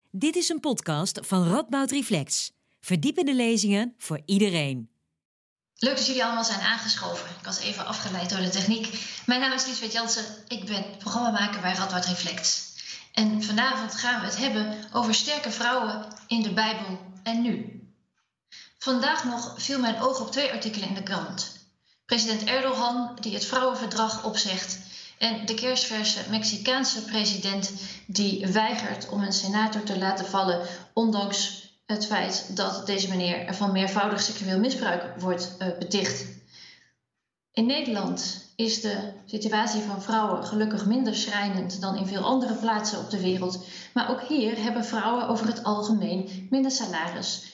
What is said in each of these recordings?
Dit is een podcast van Radboud Reflex. Verdiepende lezingen voor iedereen. Leuk dat jullie allemaal zijn aangeschoven. Ik was even afgeleid door de techniek. Mijn naam is Liesbeth Jansen. Ik ben programmamaker bij Radboud Reflex. En vanavond gaan we het hebben over sterke vrouwen in de Bijbel en nu. Vandaag nog viel mijn oog op 2 artikelen in de krant. President Erdogan die het vrouwenverdrag opzegt en de kersverse Mexicaanse president die weigert om een senator te laten vallen, ondanks het feit dat deze meneer van meervoudig seksueel misbruik wordt beticht. In Nederland is de situatie van vrouwen gelukkig minder schrijnend dan in veel andere plaatsen op de wereld. Maar ook hier hebben vrouwen over het algemeen minder salaris,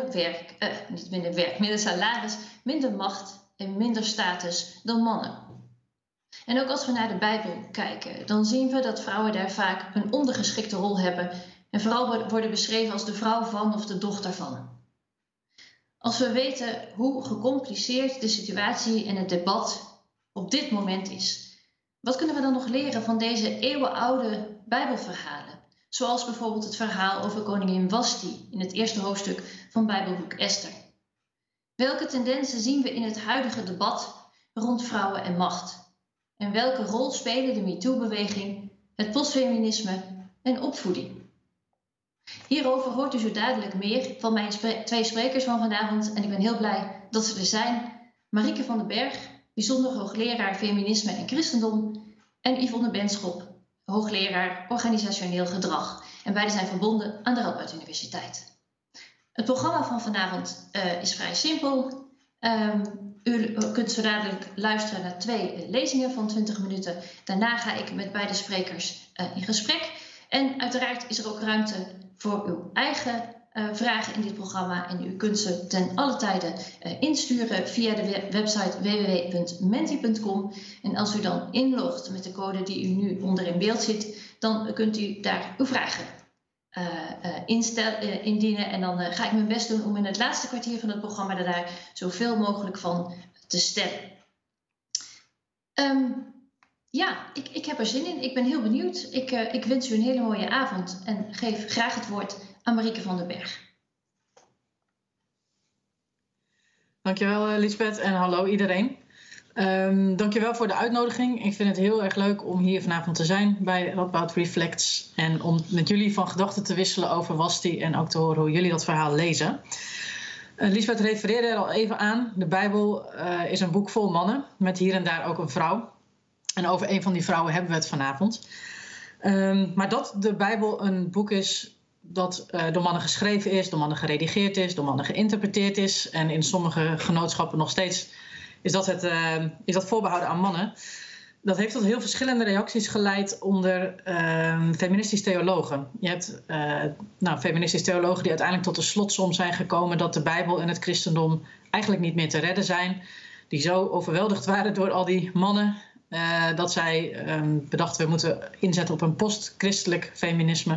minder macht en minder status dan mannen. En ook als we naar de Bijbel kijken, dan zien we dat vrouwen daar vaak een ondergeschikte rol hebben en vooral worden beschreven als de vrouw van of de dochter van. Als we weten hoe gecompliceerd de situatie en het debat op dit moment is, wat kunnen we dan nog leren van deze eeuwenoude Bijbelverhalen? Zoals bijvoorbeeld het verhaal over koningin Vashti in het eerste hoofdstuk van Bijbelboek Esther. Welke tendensen zien we in het huidige debat rond vrouwen en macht? En welke rol spelen de MeToo-beweging, het postfeminisme en opvoeding? Hierover hoort u zo dadelijk meer van mijn 2 sprekers van vanavond en ik ben heel blij dat ze er zijn. Marieke van den Berg, bijzonder hoogleraar feminisme en christendom, en Yvonne Benschop, hoogleraar organisationeel gedrag. En beide zijn verbonden aan de Radboud Universiteit. Het programma van vanavond is vrij simpel. U kunt zo dadelijk luisteren naar 2 lezingen van 20 minuten. Daarna ga ik met beide sprekers in gesprek. En uiteraard is er ook ruimte voor uw eigen vragen in dit programma. En u kunt ze ten alle tijde insturen via de website www.menti.com. En als u dan inlogt met de code die u nu onder in beeld ziet, dan kunt u daar uw vragen indienen. En dan ga ik mijn best doen om in het laatste kwartier van het programma daar zoveel mogelijk van te stellen. Ik heb er zin in. Ik ben heel benieuwd. Ik wens u een hele mooie avond en geef graag het woord aan Marieke van den Berg. Dankjewel Liesbeth en hallo iedereen. Dankjewel voor de uitnodiging. Ik vind het heel erg leuk om hier vanavond te zijn bij Radboud Reflects. En om met jullie van gedachten te wisselen over Vashti en ook te horen hoe jullie dat verhaal lezen. Liesbeth refereerde er al even aan. De Bijbel is een boek vol mannen met hier en daar ook een vrouw. En over een van die vrouwen hebben we het vanavond. Maar dat de Bijbel een boek is dat door mannen geschreven is, door mannen geredigeerd is, door mannen geïnterpreteerd is. En in sommige genootschappen nog steeds is dat voorbehouden aan mannen. Dat heeft tot heel verschillende reacties geleid onder feministisch theologen. Je hebt feministisch theologen die uiteindelijk tot de slotsom zijn gekomen dat de Bijbel en het christendom eigenlijk niet meer te redden zijn. Die zo overweldigd waren door al die mannen dat zij bedachten we moeten inzetten op een post-christelijk feminisme.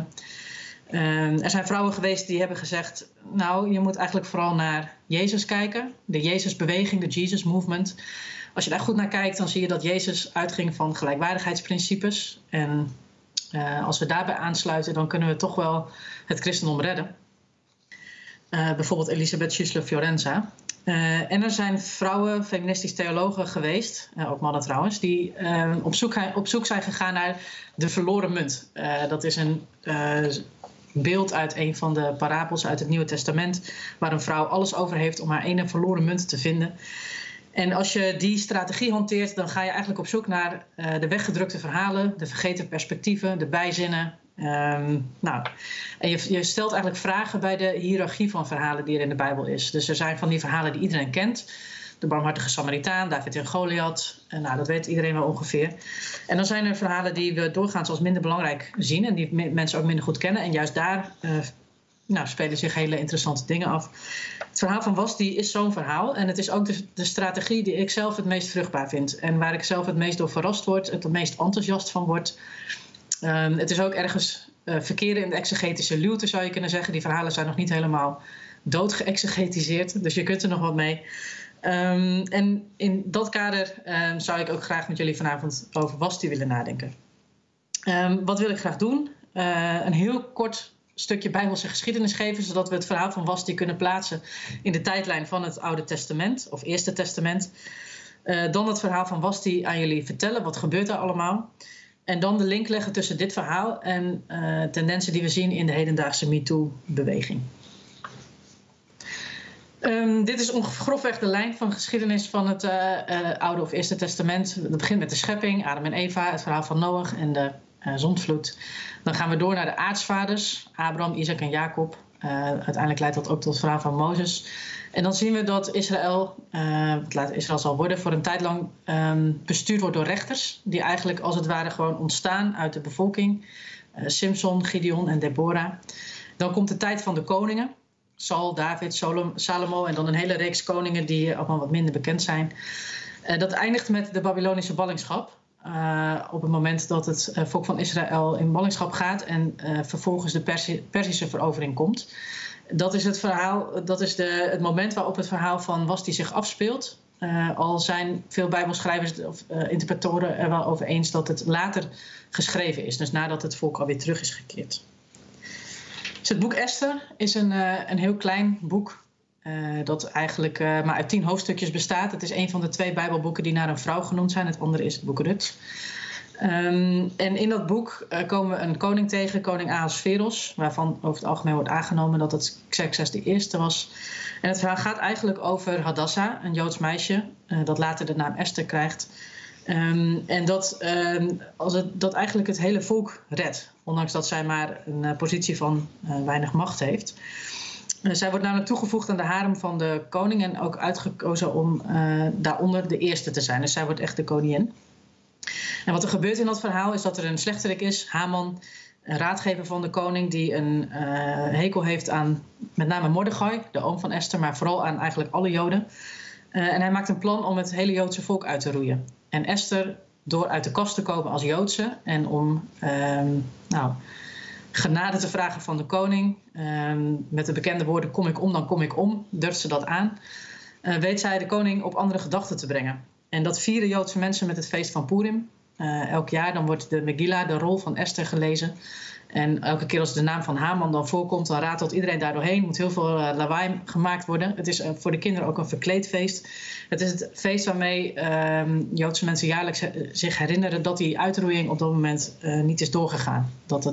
Er zijn vrouwen geweest die hebben gezegd, nou, je moet eigenlijk vooral naar Jezus kijken. De Jezusbeweging, de Jesus Movement. Als je daar goed naar kijkt, dan zie je dat Jezus uitging van gelijkwaardigheidsprincipes. En als we daarbij aansluiten, dan kunnen we toch wel het christendom redden. Bijvoorbeeld Elisabeth Schüssler-Fiorenza. En er zijn vrouwen, feministisch theologen geweest, ook mannen trouwens, die op zoek zijn gegaan naar de verloren munt. Dat is een beeld uit een van de parabels uit het Nieuwe Testament, waar een vrouw alles over heeft om haar ene verloren munt te vinden. En als je die strategie hanteert, dan ga je eigenlijk op zoek naar de weggedrukte verhalen, de vergeten perspectieven, de bijzinnen. En je stelt eigenlijk vragen bij de hiërarchie van verhalen die er in de Bijbel is. Dus er zijn van die verhalen die iedereen kent. De barmhartige Samaritaan, David en Goliath. Dat weet iedereen wel ongeveer. En dan zijn er verhalen die we doorgaans als minder belangrijk zien en die mensen ook minder goed kennen. En juist daar spelen zich hele interessante dingen af. Het verhaal van Vashti is zo'n verhaal. En het is ook de strategie die ik zelf het meest vruchtbaar vind. En waar ik zelf het meest door verrast word, het meest enthousiast van word. Het is ook ergens verkeren in de exegetische luwte, zou je kunnen zeggen. Die verhalen zijn nog niet helemaal doodgeëxegetiseerd, dus je kunt er nog wat mee. En in dat kader zou ik ook graag met jullie vanavond over Vashti willen nadenken. Wat wil ik graag doen? Een heel kort stukje Bijbelse geschiedenis geven, zodat we het verhaal van Vashti kunnen plaatsen in de tijdlijn van het Oude Testament of Eerste Testament. Dan het verhaal van Vashti aan jullie vertellen. Wat gebeurt er allemaal? En dan de link leggen tussen dit verhaal en tendensen die we zien in de hedendaagse MeToo-beweging. Dit is grofweg de lijn van geschiedenis van het Oude of Eerste Testament. Het begint met de schepping, Adam en Eva, het verhaal van Noach en de zondvloed. Dan gaan we door naar de aartsvaders, Abraham, Isaac en Jacob. Uiteindelijk leidt dat ook tot het verhaal van Mozes. En dan zien we dat Israël, Israël zal worden, voor een tijd lang bestuurd wordt door rechters. Die eigenlijk als het ware gewoon ontstaan uit de bevolking. Simson, Gideon en Deborah. Dan komt de tijd van de koningen. Saul, David, Salomo en dan een hele reeks koningen die allemaal wat minder bekend zijn. Dat eindigt met de Babylonische ballingschap. Op het moment dat het volk van Israël in ballingschap gaat en vervolgens de Perzische verovering komt. Dat is het verhaal, dat is het moment waarop het verhaal van Vashti zich afspeelt. Al zijn veel Bijbelschrijvers of interpretatoren er wel over eens dat het later geschreven is. Dus nadat het volk alweer terug is gekeerd. Dus het boek Esther is een heel klein boek. Dat eigenlijk maar uit 10 hoofdstukjes bestaat. Het is een van de 2 Bijbelboeken die naar een vrouw genoemd zijn. Het andere is het boek Rut. En in dat boek komen we een koning tegen, koning Ahasveros, waarvan over het algemeen wordt aangenomen dat het Xerxes de Eerste was. En het verhaal gaat eigenlijk over Hadassah, een Joods meisje, dat later de naam Esther krijgt. En dat eigenlijk het hele volk redt, ondanks dat zij maar een positie van weinig macht heeft. Zij wordt namelijk toegevoegd aan de harem van de koning en ook uitgekozen om daaronder de eerste te zijn. Dus zij wordt echt de koningin. En wat er gebeurt in dat verhaal is dat er een slechterik is, Haman, een raadgever van de koning, die een hekel heeft aan met name Mordechai, de oom van Esther, maar vooral aan eigenlijk alle Joden. En hij maakt een plan om het hele Joodse volk uit te roeien. En Esther, door uit de kast te komen als Joodse en om genade te vragen van de koning, met de bekende woorden kom ik om, dan kom ik om, durft ze dat aan, weet zij de koning op andere gedachten te brengen. En dat vieren Joodse mensen met het feest van Purim. Elk jaar dan wordt de Megillah, de rol van Esther, gelezen. En elke keer als de naam van Haman dan voorkomt, dan ratelt iedereen daar doorheen. Er moet heel veel lawaai gemaakt worden. Het is voor de kinderen ook een verkleedfeest. Het is het feest waarmee Joodse mensen jaarlijks zich herinneren dat die uitroeiing op dat moment niet is doorgegaan.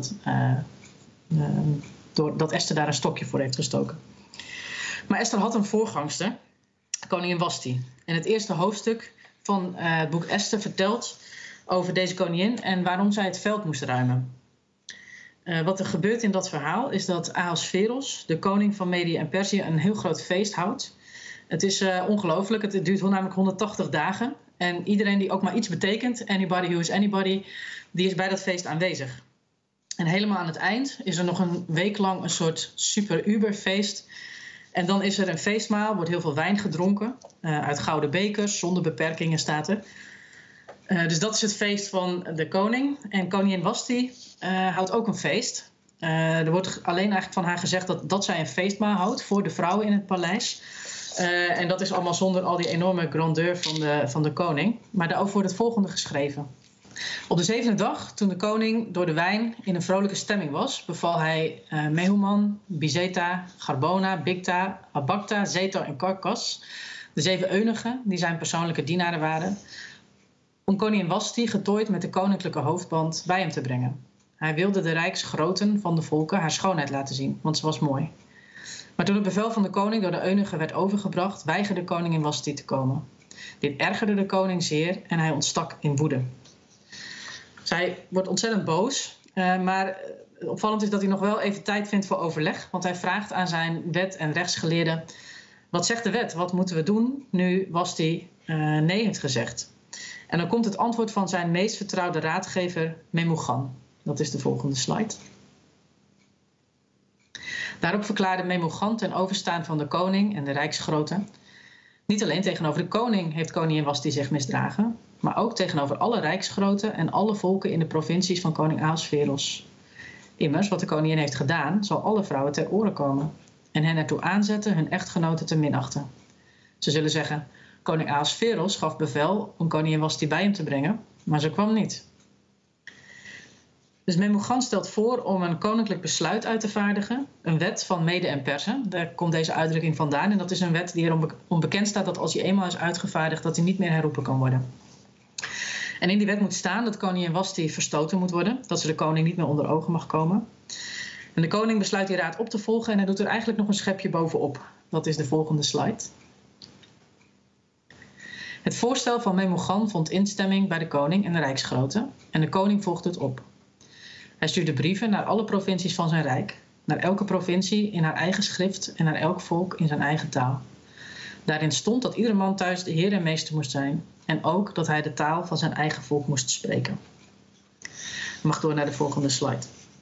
Dat Esther daar een stokje voor heeft gestoken. Maar Esther had een voorgangster, koningin Vashti. En het eerste hoofdstuk van het boek Esther vertelt over deze koningin en waarom zij het veld moest ruimen. Wat er gebeurt in dat verhaal is dat Ahasveros, de koning van Medië en Perzië, een heel groot feest houdt. Het is ongelooflijk, het duurt namelijk 180 dagen. En iedereen die ook maar iets betekent, anybody who is anybody, die is bij dat feest aanwezig. En helemaal aan het eind is er nog een week lang een soort super-uber-feest. En dan is er een feestmaal, wordt heel veel wijn gedronken, uit gouden bekers, zonder beperkingen staat er. Dus dat is het feest van de koning. En koningin Vashti houdt ook een feest. Er wordt alleen eigenlijk van haar gezegd dat zij een feestmaal houdt voor de vrouwen in het paleis. En dat is allemaal zonder al die enorme grandeur van de koning. Maar daarover wordt het volgende geschreven. Op de 7e dag, toen de koning door de wijn in een vrolijke stemming was, beval hij Mehuman, Bizeta, Garbona, Bigta, Abagta, Zetar en Karkas, de 7 eunuchen die zijn persoonlijke dienaren waren, om koningin Vashti, getooid met de koninklijke hoofdband, bij hem te brengen. Hij wilde de rijksgroten van de volken haar schoonheid laten zien, want ze was mooi. Maar toen het bevel van de koning door de eunuchen werd overgebracht, weigerde koningin Vashti te komen. Dit ergerde de koning zeer en hij ontstak in woede. Zij wordt ontzettend boos, maar opvallend is dat hij nog wel even tijd vindt voor overleg, want hij vraagt aan zijn wet- en rechtsgeleerden: wat zegt de wet? Wat moeten we doen nu Vashti nee heeft gezegd? En dan komt het antwoord van zijn meest vertrouwde raadgever Memucan. Dat is de volgende slide. Daarop verklaarde Memucan ten overstaan van de koning en de rijksgroten: niet alleen tegenover de koning heeft koningin Vashti zich misdragen, maar ook tegenover alle rijksgroten en alle volken in de provincies van koning Ahasveros. Immers, wat de koningin heeft gedaan, zal alle vrouwen ter oren komen en hen ertoe aanzetten hun echtgenoten te minachten. Ze zullen zeggen: koning Ahasveros gaf bevel om koningin Vashti bij hem te brengen, maar ze kwam niet. Dus Memogan stelt voor om een koninklijk besluit uit te vaardigen. Een wet van Mede en Persen. Daar komt deze uitdrukking vandaan. En dat is een wet die erom bekend staat dat als die eenmaal is uitgevaardigd, dat die niet meer herroepen kan worden. En in die wet moet staan dat koningin Wasti verstoten moet worden. Dat ze de koning niet meer onder ogen mag komen. En de koning besluit die raad op te volgen en hij doet er eigenlijk nog een schepje bovenop. Dat is de volgende slide. Het voorstel van Memogan vond instemming bij de koning en de rijksgroten. En de koning volgde het op. Hij stuurde brieven naar alle provincies van zijn rijk. Naar elke provincie in haar eigen schrift en naar elk volk in zijn eigen taal. Daarin stond dat ieder man thuis de heer en meester moest zijn. En ook dat hij de taal van zijn eigen volk moest spreken. Ik mag door naar de volgende slide.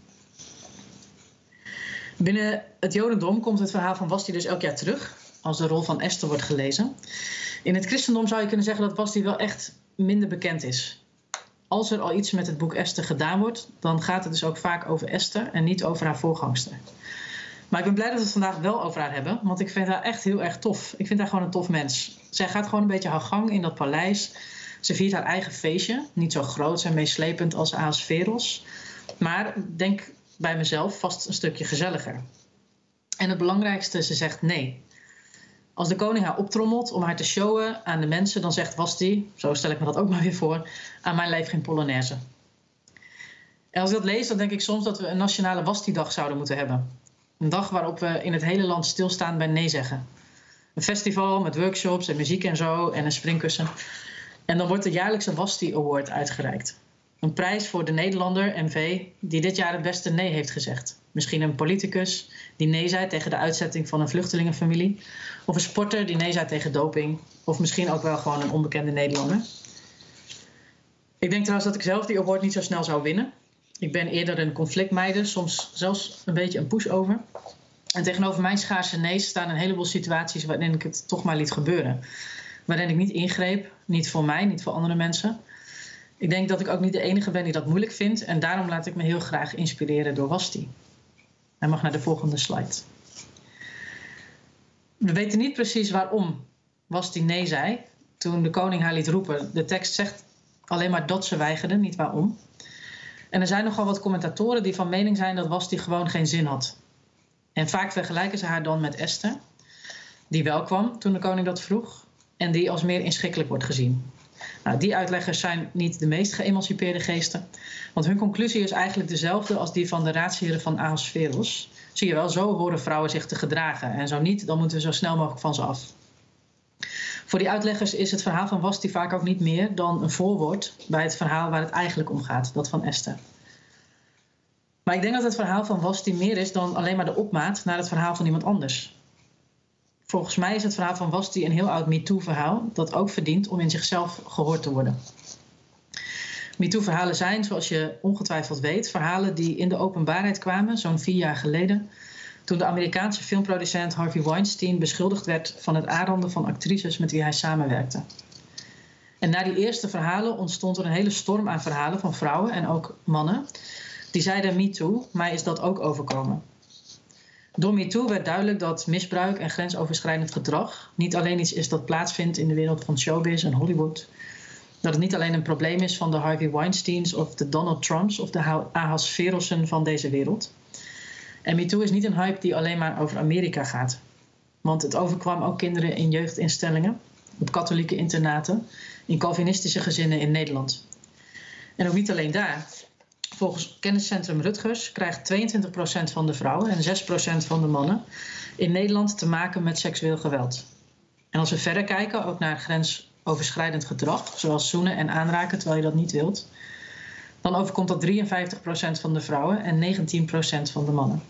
Binnen het Jodendom komt het verhaal van Wasti dus elk jaar terug. Als de rol van Esther wordt gelezen. In het christendom zou je kunnen zeggen dat Wasti wel echt minder bekend is. Als er al iets met het boek Esther gedaan wordt, dan gaat het dus ook vaak over Esther en niet over haar voorgangster. Maar ik ben blij dat we het vandaag wel over haar hebben, want ik vind haar echt heel erg tof. Ik vind haar gewoon een tof mens. Zij gaat gewoon een beetje haar gang in dat paleis. Ze viert haar eigen feestje. Niet zo groot en meeslepend als Ahasveros. Maar denk bij mezelf vast een stukje gezelliger. En het belangrijkste, ze zegt nee. Als de koning haar optrommelt om haar te showen aan de mensen, dan zegt Wasti, zo stel ik me dat ook maar weer voor, aan mijn lijf geen Polonaise. En als ik dat lees, dan denk ik soms dat we een nationale Wasti-dag zouden moeten hebben. Een dag waarop we in het hele land stilstaan bij nee zeggen. Een festival met workshops en muziek en zo en een springkussen. En dan wordt de jaarlijkse Wasti Award uitgereikt. Een prijs voor de Nederlander, MV, die dit jaar het beste nee heeft gezegd. Misschien een politicus die nee zei tegen de uitzetting van een vluchtelingenfamilie. Of een sporter die nee zei tegen doping. Of misschien ook wel gewoon een onbekende Nederlander. Ik denk trouwens dat ik zelf die award niet zo snel zou winnen. Ik ben eerder een conflictmeider, soms zelfs een beetje een pushover. En tegenover mijn schaarse nee's staan een heleboel situaties waarin ik het toch maar liet gebeuren. Waarin ik niet ingreep, niet voor mij, niet voor andere mensen. Ik denk dat ik ook niet de enige ben die dat moeilijk vindt. En daarom laat ik me heel graag inspireren door Wasti. Hij mag naar de volgende slide. We weten niet precies waarom Wasti nee zei toen de koning haar liet roepen. De tekst zegt alleen maar dat ze weigerde, niet waarom. En er zijn nogal wat commentatoren die van mening zijn dat Wasti gewoon geen zin had. En vaak vergelijken ze haar dan met Esther, die wel kwam toen de koning dat vroeg en die als meer inschikkelijk wordt gezien. Nou, die uitleggers zijn niet de meest geëmancipeerde geesten, want hun conclusie is eigenlijk dezelfde als die van de raadsheren van Ahasveros. Zie je wel, zo horen vrouwen zich te gedragen en zo niet, dan moeten we zo snel mogelijk van ze af. Voor die uitleggers is het verhaal van Wasti vaak ook niet meer dan een voorwoord bij het verhaal waar het eigenlijk om gaat, dat van Esther. Maar ik denk dat het verhaal van Wasti meer is dan alleen maar de opmaat naar het verhaal van iemand anders. Volgens mij is het verhaal van Wasti een heel oud MeToo-verhaal dat ook verdient om in zichzelf gehoord te worden. MeToo-verhalen zijn, zoals je ongetwijfeld weet, verhalen die in de openbaarheid kwamen, zo'n 4 jaar geleden, toen de Amerikaanse filmproducent Harvey Weinstein beschuldigd werd van het aanranden van actrices met wie hij samenwerkte. En na die eerste verhalen ontstond er een hele storm aan verhalen van vrouwen en ook mannen die zeiden MeToo, mij is dat ook overkomen. Door MeToo werd duidelijk dat misbruik en grensoverschrijdend gedrag niet alleen iets is dat plaatsvindt in de wereld van showbiz en Hollywood. Dat het niet alleen een probleem is van de Harvey Weinsteins of de Donald Trumps of de Ahasverossen van deze wereld. En MeToo is niet een hype die alleen maar over Amerika gaat. Want het overkwam ook kinderen in jeugdinstellingen, op katholieke internaten, in Calvinistische gezinnen in Nederland. En ook niet alleen daar. Volgens kenniscentrum Rutgers krijgt 22% van de vrouwen en 6% van de mannen in Nederland te maken met seksueel geweld. En als we verder kijken, ook naar grensoverschrijdend gedrag, zoals zoenen en aanraken terwijl je dat niet wilt, dan overkomt dat 53% van de vrouwen en 19% van de mannen.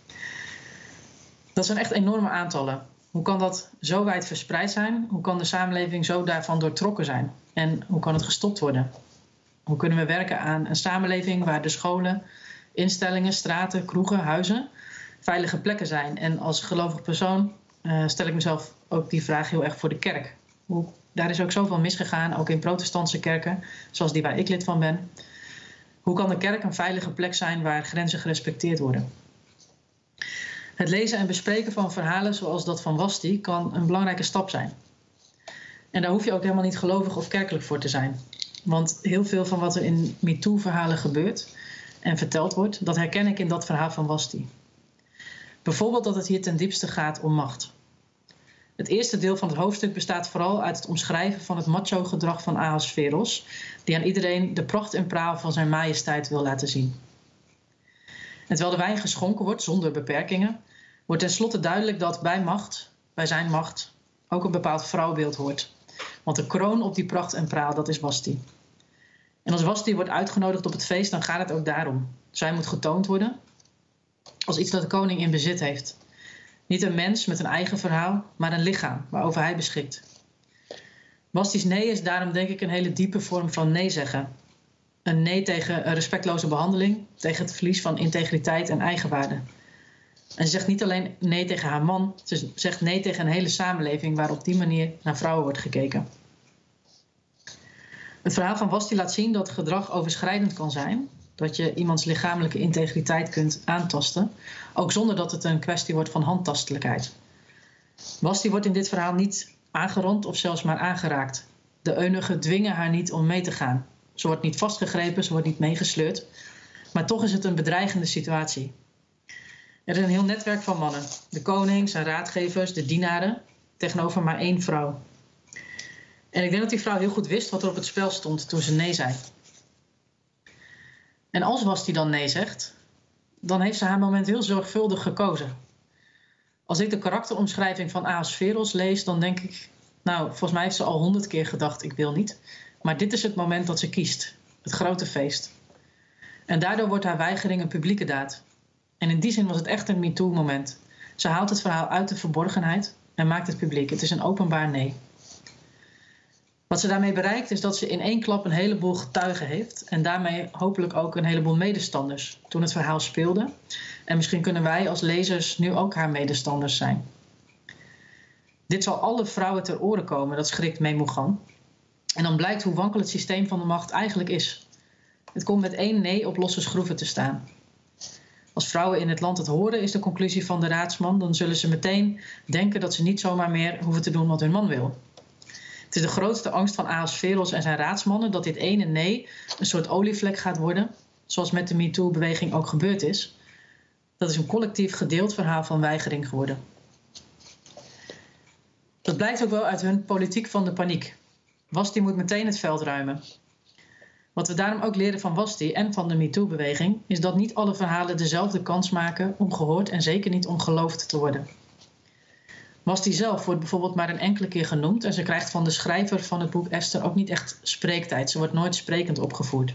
Dat zijn echt enorme aantallen. Hoe kan dat zo wijd verspreid zijn? Hoe kan de samenleving zo daarvan doortrokken zijn? En hoe kan het gestopt worden? Hoe kunnen we werken aan een samenleving waar de scholen, instellingen, straten, kroegen, huizen veilige plekken zijn? En als gelovig persoon stel ik mezelf ook die vraag heel erg voor de kerk. Daar is ook zoveel misgegaan, ook in protestantse kerken, zoals die waar ik lid van ben. Hoe kan de kerk een veilige plek zijn waar grenzen gerespecteerd worden? Het lezen en bespreken van verhalen zoals dat van Wasti kan een belangrijke stap zijn. En daar hoef je ook helemaal niet gelovig of kerkelijk voor te zijn. Want heel veel van wat er in MeToo-verhalen gebeurt, en verteld wordt, dat herken ik in dat verhaal van Vashti. Bijvoorbeeld dat het hier ten diepste gaat om macht. Het eerste deel van het hoofdstuk bestaat vooral uit het omschrijven van het macho-gedrag van Ahasveros, die aan iedereen de pracht en praal van zijn majesteit wil laten zien. En terwijl de wijn geschonken wordt zonder beperkingen, wordt tenslotte duidelijk dat bij zijn macht, ook een bepaald vrouwbeeld hoort. Want de kroon op die pracht en praal, dat is Vashti. En als Vashti wordt uitgenodigd op het feest, dan gaat het ook daarom. Zij moet getoond worden als iets dat de koning in bezit heeft. Niet een mens met een eigen verhaal, maar een lichaam waarover hij beschikt. Vashti's nee is daarom denk ik een hele diepe vorm van nee zeggen. Een nee tegen een respectloze behandeling, tegen het verlies van integriteit en eigenwaarde. En ze zegt niet alleen nee tegen haar man, ze zegt nee tegen een hele samenleving waar op die manier naar vrouwen wordt gekeken. Het verhaal van Vashti laat zien dat gedrag overschrijdend kan zijn. Dat je iemands lichamelijke integriteit kunt aantasten, ook zonder dat het een kwestie wordt van handtastelijkheid. Vashti wordt in dit verhaal niet aangerand of zelfs maar aangeraakt. De eunuchen dwingen haar niet om mee te gaan. Ze wordt niet vastgegrepen, ze wordt niet meegesleurd. Maar toch is het een bedreigende situatie. Er is een heel netwerk van mannen. De koning, zijn raadgevers, de dienaren, tegenover maar 1 vrouw. En ik denk dat die vrouw heel goed wist wat er op het spel stond toen ze nee zei. En als Vashti dan nee zegt, dan heeft ze haar moment heel zorgvuldig gekozen. Als ik de karakteromschrijving van Ahasveros lees, dan denk ik, nou, volgens mij heeft ze al 100 keer gedacht, ik wil niet. Maar dit is het moment dat ze kiest, het grote feest. En daardoor wordt haar weigering een publieke daad. En in die zin was het echt een MeToo-moment. Ze haalt het verhaal uit de verborgenheid en maakt het publiek. Het is een openbaar nee. Wat ze daarmee bereikt is dat ze in 1 klap een heleboel getuigen heeft en daarmee hopelijk ook een heleboel medestanders toen het verhaal speelde. En misschien kunnen wij als lezers nu ook haar medestanders zijn. Dit zal alle vrouwen ter oren komen, dat schrikt Memucan. En dan blijkt hoe wankel het systeem van de macht eigenlijk is. Het komt met 1 nee op losse schroeven te staan. Als vrouwen in het land het horen, is de conclusie van de raadsman, dan zullen ze meteen denken dat ze niet zomaar meer hoeven te doen wat hun man wil. Het is de grootste angst van Ahasveros en zijn raadsmannen dat dit ene nee een soort olievlek gaat worden, zoals met de MeToo-beweging ook gebeurd is. Dat is een collectief gedeeld verhaal van weigering geworden. Dat blijkt ook wel uit hun politiek van de paniek. Vashti moet meteen het veld ruimen. Wat we daarom ook leren van Vashti en van de MeToo-beweging is dat niet alle verhalen dezelfde kans maken om gehoord en zeker niet om geloofd te worden. Vashti zelf wordt bijvoorbeeld maar een enkele keer genoemd en ze krijgt van de schrijver van het boek Esther ook niet echt spreektijd. Ze wordt nooit sprekend opgevoerd.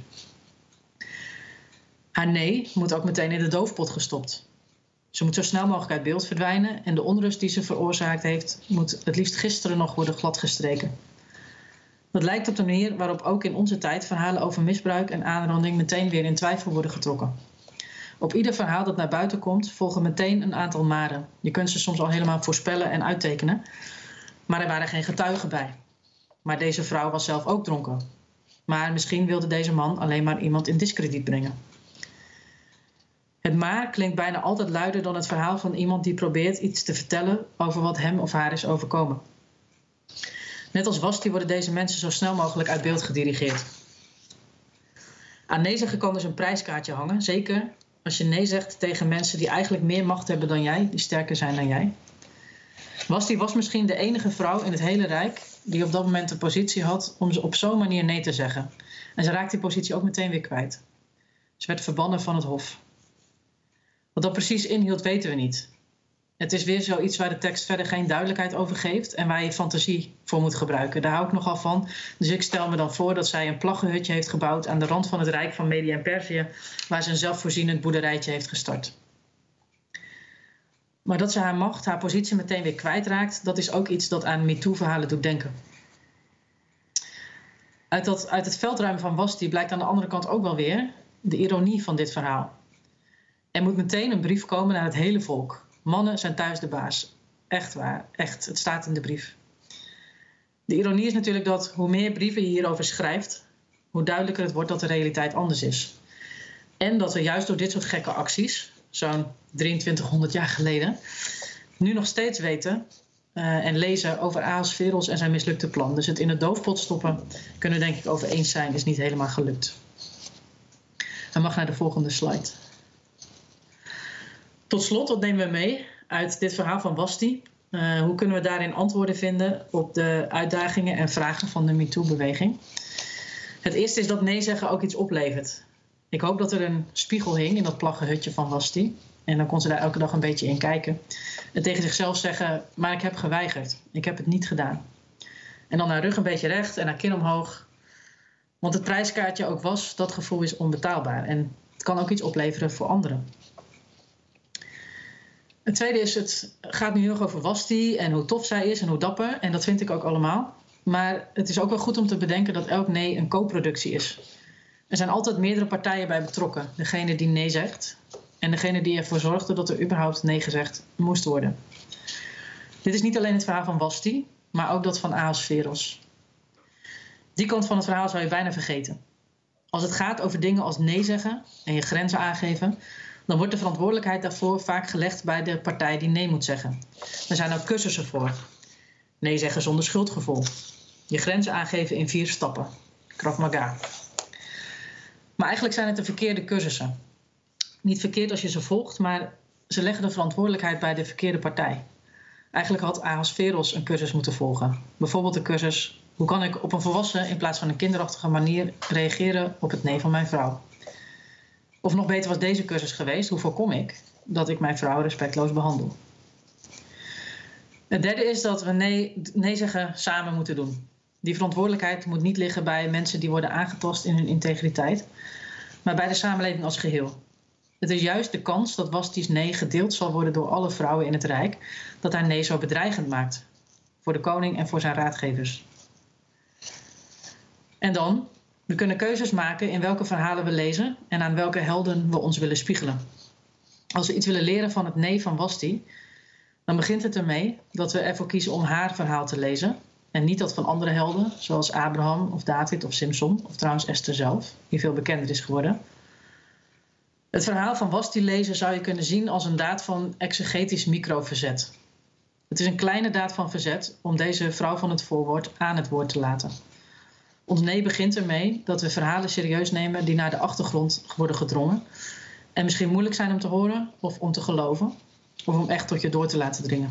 Haar nee moet ook meteen in de doofpot gestopt. Ze moet zo snel mogelijk uit beeld verdwijnen en de onrust die ze veroorzaakt heeft moet het liefst gisteren nog worden gladgestreken. Dat lijkt op de manier waarop ook in onze tijd verhalen over misbruik en aanranding meteen weer in twijfel worden getrokken. Op ieder verhaal dat naar buiten komt volgen meteen een aantal maren. Je kunt ze soms al helemaal voorspellen en uittekenen. Maar er waren geen getuigen bij. Maar deze vrouw was zelf ook dronken. Maar misschien wilde deze man alleen maar iemand in diskrediet brengen. Het maar klinkt bijna altijd luider dan het verhaal van iemand die probeert iets te vertellen over wat hem of haar is overkomen. Net als Vashti worden deze mensen zo snel mogelijk uit beeld gedirigeerd. Aan nee zeggen kan dus een prijskaartje hangen, zeker als je nee zegt tegen mensen die eigenlijk meer macht hebben dan jij, die sterker zijn dan jij. Vashti was misschien de enige vrouw in het hele Rijk die op dat moment de positie had om ze op zo'n manier nee te zeggen. En ze raakte die positie ook meteen weer kwijt. Ze werd verbannen van het hof. Wat dat precies inhield weten we niet. Het is weer zoiets waar de tekst verder geen duidelijkheid over geeft en waar je fantasie voor moet gebruiken. Daar hou ik nogal van. Dus ik stel me dan voor dat zij een plaggenhutje heeft gebouwd aan de rand van het Rijk van Medië en Perzië, waar ze een zelfvoorzienend boerderijtje heeft gestart. Maar dat ze haar macht, haar positie meteen weer kwijtraakt, dat is ook iets dat aan MeToo-verhalen doet denken. Uit het veldruimen van Vashti blijkt aan de andere kant ook wel weer de ironie van dit verhaal. Er moet meteen een brief komen naar het hele volk. Mannen zijn thuis de baas. Echt waar, echt. Het staat in de brief. De ironie is natuurlijk dat hoe meer brieven je hierover schrijft, hoe duidelijker het wordt dat de realiteit anders is. En dat we juist door dit soort gekke acties, zo'n 2300 jaar geleden, nu nog steeds weten en lezen over Ahasveros en zijn mislukte plan. Dus het in de doofpot stoppen, kunnen we denk ik over eens zijn, is niet helemaal gelukt. Hij mag naar de volgende slide. Tot slot, wat nemen we mee uit dit verhaal van Vashti? Hoe kunnen we daarin antwoorden vinden op de uitdagingen en vragen van de MeToo-beweging? Het eerste is dat nee zeggen ook iets oplevert. Ik hoop dat er een spiegel hing in dat plaggenhutje van Vashti. En dan kon ze daar elke dag een beetje in kijken. En tegen zichzelf zeggen, maar ik heb geweigerd. Ik heb het niet gedaan. En dan haar rug een beetje recht en haar kin omhoog. Want het prijskaartje ook was, dat gevoel is onbetaalbaar. En het kan ook iets opleveren voor anderen. Het tweede is, het gaat nu heel erg over Vashti en hoe tof zij is en hoe dapper. En dat vind ik ook allemaal. Maar het is ook wel goed om te bedenken dat elk nee een co-productie is. Er zijn altijd meerdere partijen bij betrokken. Degene die nee zegt en degene die ervoor zorgde dat er überhaupt nee gezegd moest worden. Dit is niet alleen het verhaal van Vashti, maar ook dat van Ahasveros. Die kant van het verhaal zou je bijna vergeten. Als het gaat over dingen als nee zeggen en je grenzen aangeven, dan wordt de verantwoordelijkheid daarvoor vaak gelegd bij de partij die nee moet zeggen. Er zijn ook cursussen voor. Nee zeggen zonder schuldgevoel. Je grenzen aangeven in 4 stappen. Krav Maga. Maar eigenlijk zijn het de verkeerde cursussen. Niet verkeerd als je ze volgt, maar ze leggen de verantwoordelijkheid bij de verkeerde partij. Eigenlijk had Ahasveros een cursus moeten volgen. Bijvoorbeeld de cursus, hoe kan ik op een volwassen in plaats van een kinderachtige manier reageren op het nee van mijn vrouw? Of nog beter was deze cursus geweest, hoe voorkom ik dat ik mijn vrouw respectloos behandel? Het derde is dat we nee zeggen samen moeten doen. Die verantwoordelijkheid moet niet liggen bij mensen die worden aangetast in hun integriteit, maar bij de samenleving als geheel. Het is juist de kans dat Vashti's nee gedeeld zal worden door alle vrouwen in het Rijk, dat haar nee zo bedreigend maakt. Voor de koning en voor zijn raadgevers. En dan, we kunnen keuzes maken in welke verhalen we lezen en aan welke helden we ons willen spiegelen. Als we iets willen leren van het nee van Vashti, dan begint het ermee dat we ervoor kiezen om haar verhaal te lezen en niet dat van andere helden, zoals Abraham of David of Simson, of trouwens Esther zelf, die veel bekender is geworden. Het verhaal van Vashti lezen zou je kunnen zien als een daad van exegetisch microverzet. Het is een kleine daad van verzet om deze vrouw van het voorwoord aan het woord te laten. Ons nee begint ermee dat we verhalen serieus nemen die naar de achtergrond worden gedrongen en misschien moeilijk zijn om te horen of om te geloven of om echt tot je door te laten dringen.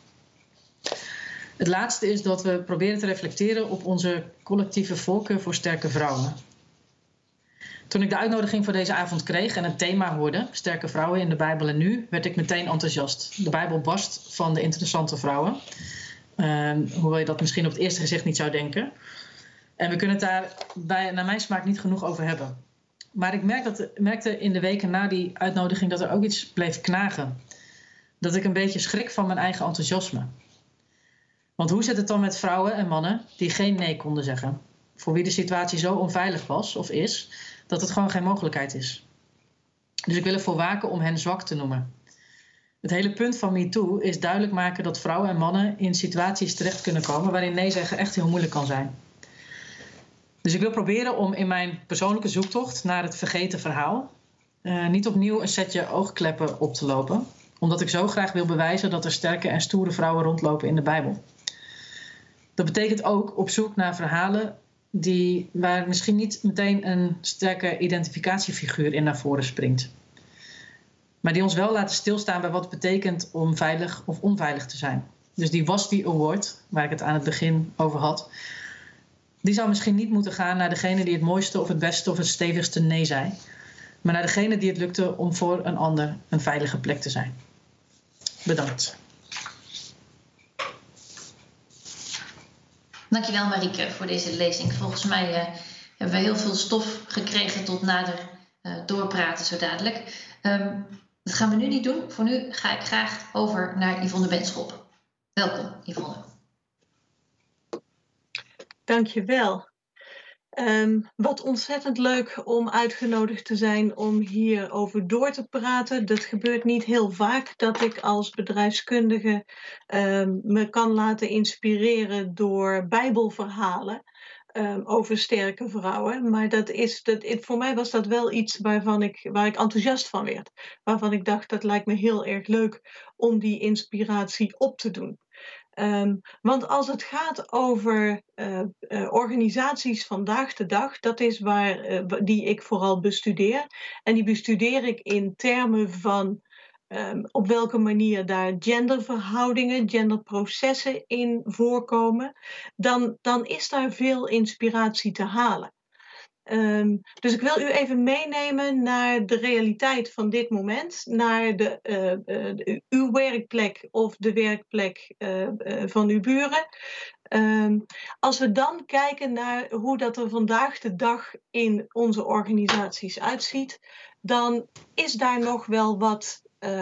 Het laatste is dat we proberen te reflecteren op onze collectieve voorkeur voor sterke vrouwen. Toen ik de uitnodiging voor deze avond kreeg en het thema hoorde, sterke vrouwen in de Bijbel en nu, werd ik meteen enthousiast. De Bijbel barst van de interessante vrouwen, hoewel je dat misschien op het eerste gezicht niet zou denken. En we kunnen het daar naar mijn smaak niet genoeg over hebben. Maar ik merkte in de weken na die uitnodiging dat er ook iets bleef knagen. Dat ik een beetje schrik van mijn eigen enthousiasme. Want hoe zit het dan met vrouwen en mannen die geen nee konden zeggen? Voor wie de situatie zo onveilig was of is, dat het gewoon geen mogelijkheid is. Dus ik wil ervoor waken om hen zwak te noemen. Het hele punt van MeToo is duidelijk maken dat vrouwen en mannen in situaties terecht kunnen komen waarin nee zeggen echt heel moeilijk kan zijn. Dus ik wil proberen om in mijn persoonlijke zoektocht naar het vergeten verhaal niet opnieuw een setje oogkleppen op te lopen, omdat ik zo graag wil bewijzen dat er sterke en stoere vrouwen rondlopen in de Bijbel. Dat betekent ook op zoek naar verhalen waar misschien niet meteen een sterke identificatiefiguur in naar voren springt. Maar die ons wel laten stilstaan bij wat het betekent om veilig of onveilig te zijn. Dus die Vashti Award, waar ik het aan het begin over had, die zou misschien niet moeten gaan naar degene die het mooiste of het beste of het stevigste nee zei, maar naar degene die het lukte om voor een ander een veilige plek te zijn. Bedankt. Dankjewel Marieke voor deze lezing. Volgens mij hebben we heel veel stof gekregen tot nader doorpraten zo dadelijk. Dat gaan we nu niet doen. Voor nu ga ik graag over naar Yvonne Benschop. Welkom Yvonne. Dankjewel. Wat ontzettend leuk om uitgenodigd te zijn om hierover door te praten. Dat gebeurt niet heel vaak dat ik als bedrijfskundige me kan laten inspireren door Bijbelverhalen over sterke vrouwen. Maar voor mij was dat wel iets waar ik enthousiast van werd. Waarvan ik dacht, dat lijkt me heel erg leuk om die inspiratie op te doen. Want als het gaat over organisaties vandaag de dag, dat is die ik vooral bestudeer. En die bestudeer ik in termen van op welke manier daar genderverhoudingen, genderprocessen in voorkomen. Dan is daar veel inspiratie te halen. Dus ik wil u even meenemen naar de realiteit van dit moment, naar uw werkplek of de werkplek van uw buren. Als we dan kijken naar hoe dat er vandaag de dag in onze organisaties uitziet, dan is daar nog wel wat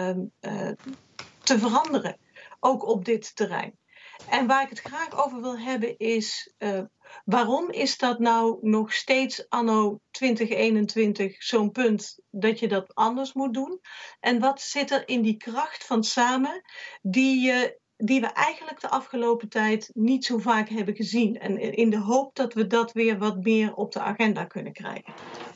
te veranderen, ook op dit terrein. En waar ik het graag over wil hebben is, waarom is dat nou nog steeds anno 2021 zo'n punt dat je dat anders moet doen? En wat zit er in die kracht van samen die we eigenlijk de afgelopen tijd niet zo vaak hebben gezien? En in de hoop dat we dat weer wat meer op de agenda kunnen krijgen.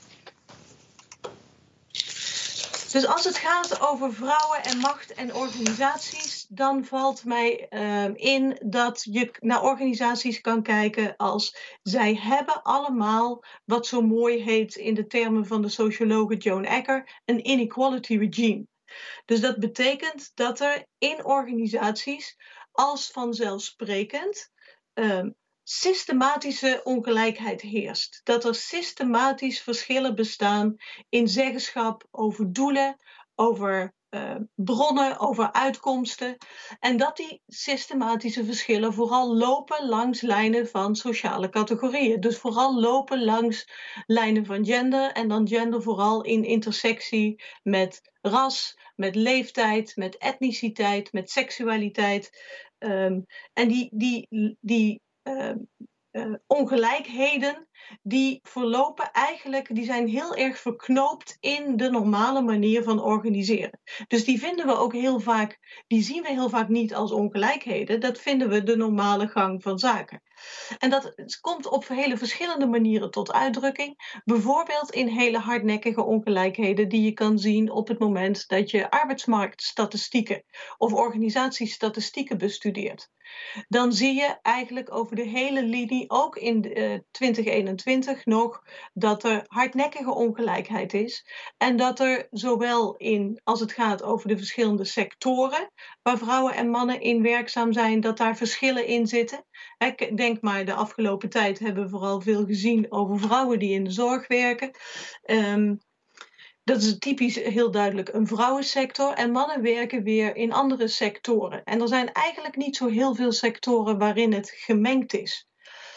Dus als het gaat over vrouwen en macht en organisaties, dan valt mij in dat je naar organisaties kan kijken als zij hebben allemaal wat zo mooi heet in de termen van de sociologe Joan Acker een inequality regime. Dus dat betekent dat er in organisaties als vanzelfsprekend systematische ongelijkheid heerst. Dat er systematisch verschillen bestaan in zeggenschap over doelen, over bronnen, over uitkomsten. En dat die systematische verschillen vooral lopen langs lijnen van sociale categorieën. Dus vooral lopen langs lijnen van gender en dan gender vooral in intersectie met ras, met leeftijd, met etniciteit, met seksualiteit. En die ongelijkheden die verlopen eigenlijk, die zijn heel erg verknoopt in de normale manier van organiseren. Dus die vinden we ook heel vaak, die zien we heel vaak niet als ongelijkheden. Dat vinden we de normale gang van zaken. En dat komt op hele verschillende manieren tot uitdrukking. Bijvoorbeeld in hele hardnekkige ongelijkheden die je kan zien op het moment dat je arbeidsmarktstatistieken of organisatiestatistieken bestudeert. Dan zie je eigenlijk over de hele linie, ook in 2021 nog, dat er hardnekkige ongelijkheid is. En dat er zowel in, als het gaat over de verschillende sectoren waar vrouwen en mannen in werkzaam zijn, dat daar verschillen in zitten. Denk maar, de afgelopen tijd hebben we vooral veel gezien over vrouwen die in de zorg werken. Dat is typisch heel duidelijk een vrouwensector en mannen werken weer in andere sectoren. En er zijn eigenlijk niet zo heel veel sectoren waarin het gemengd is.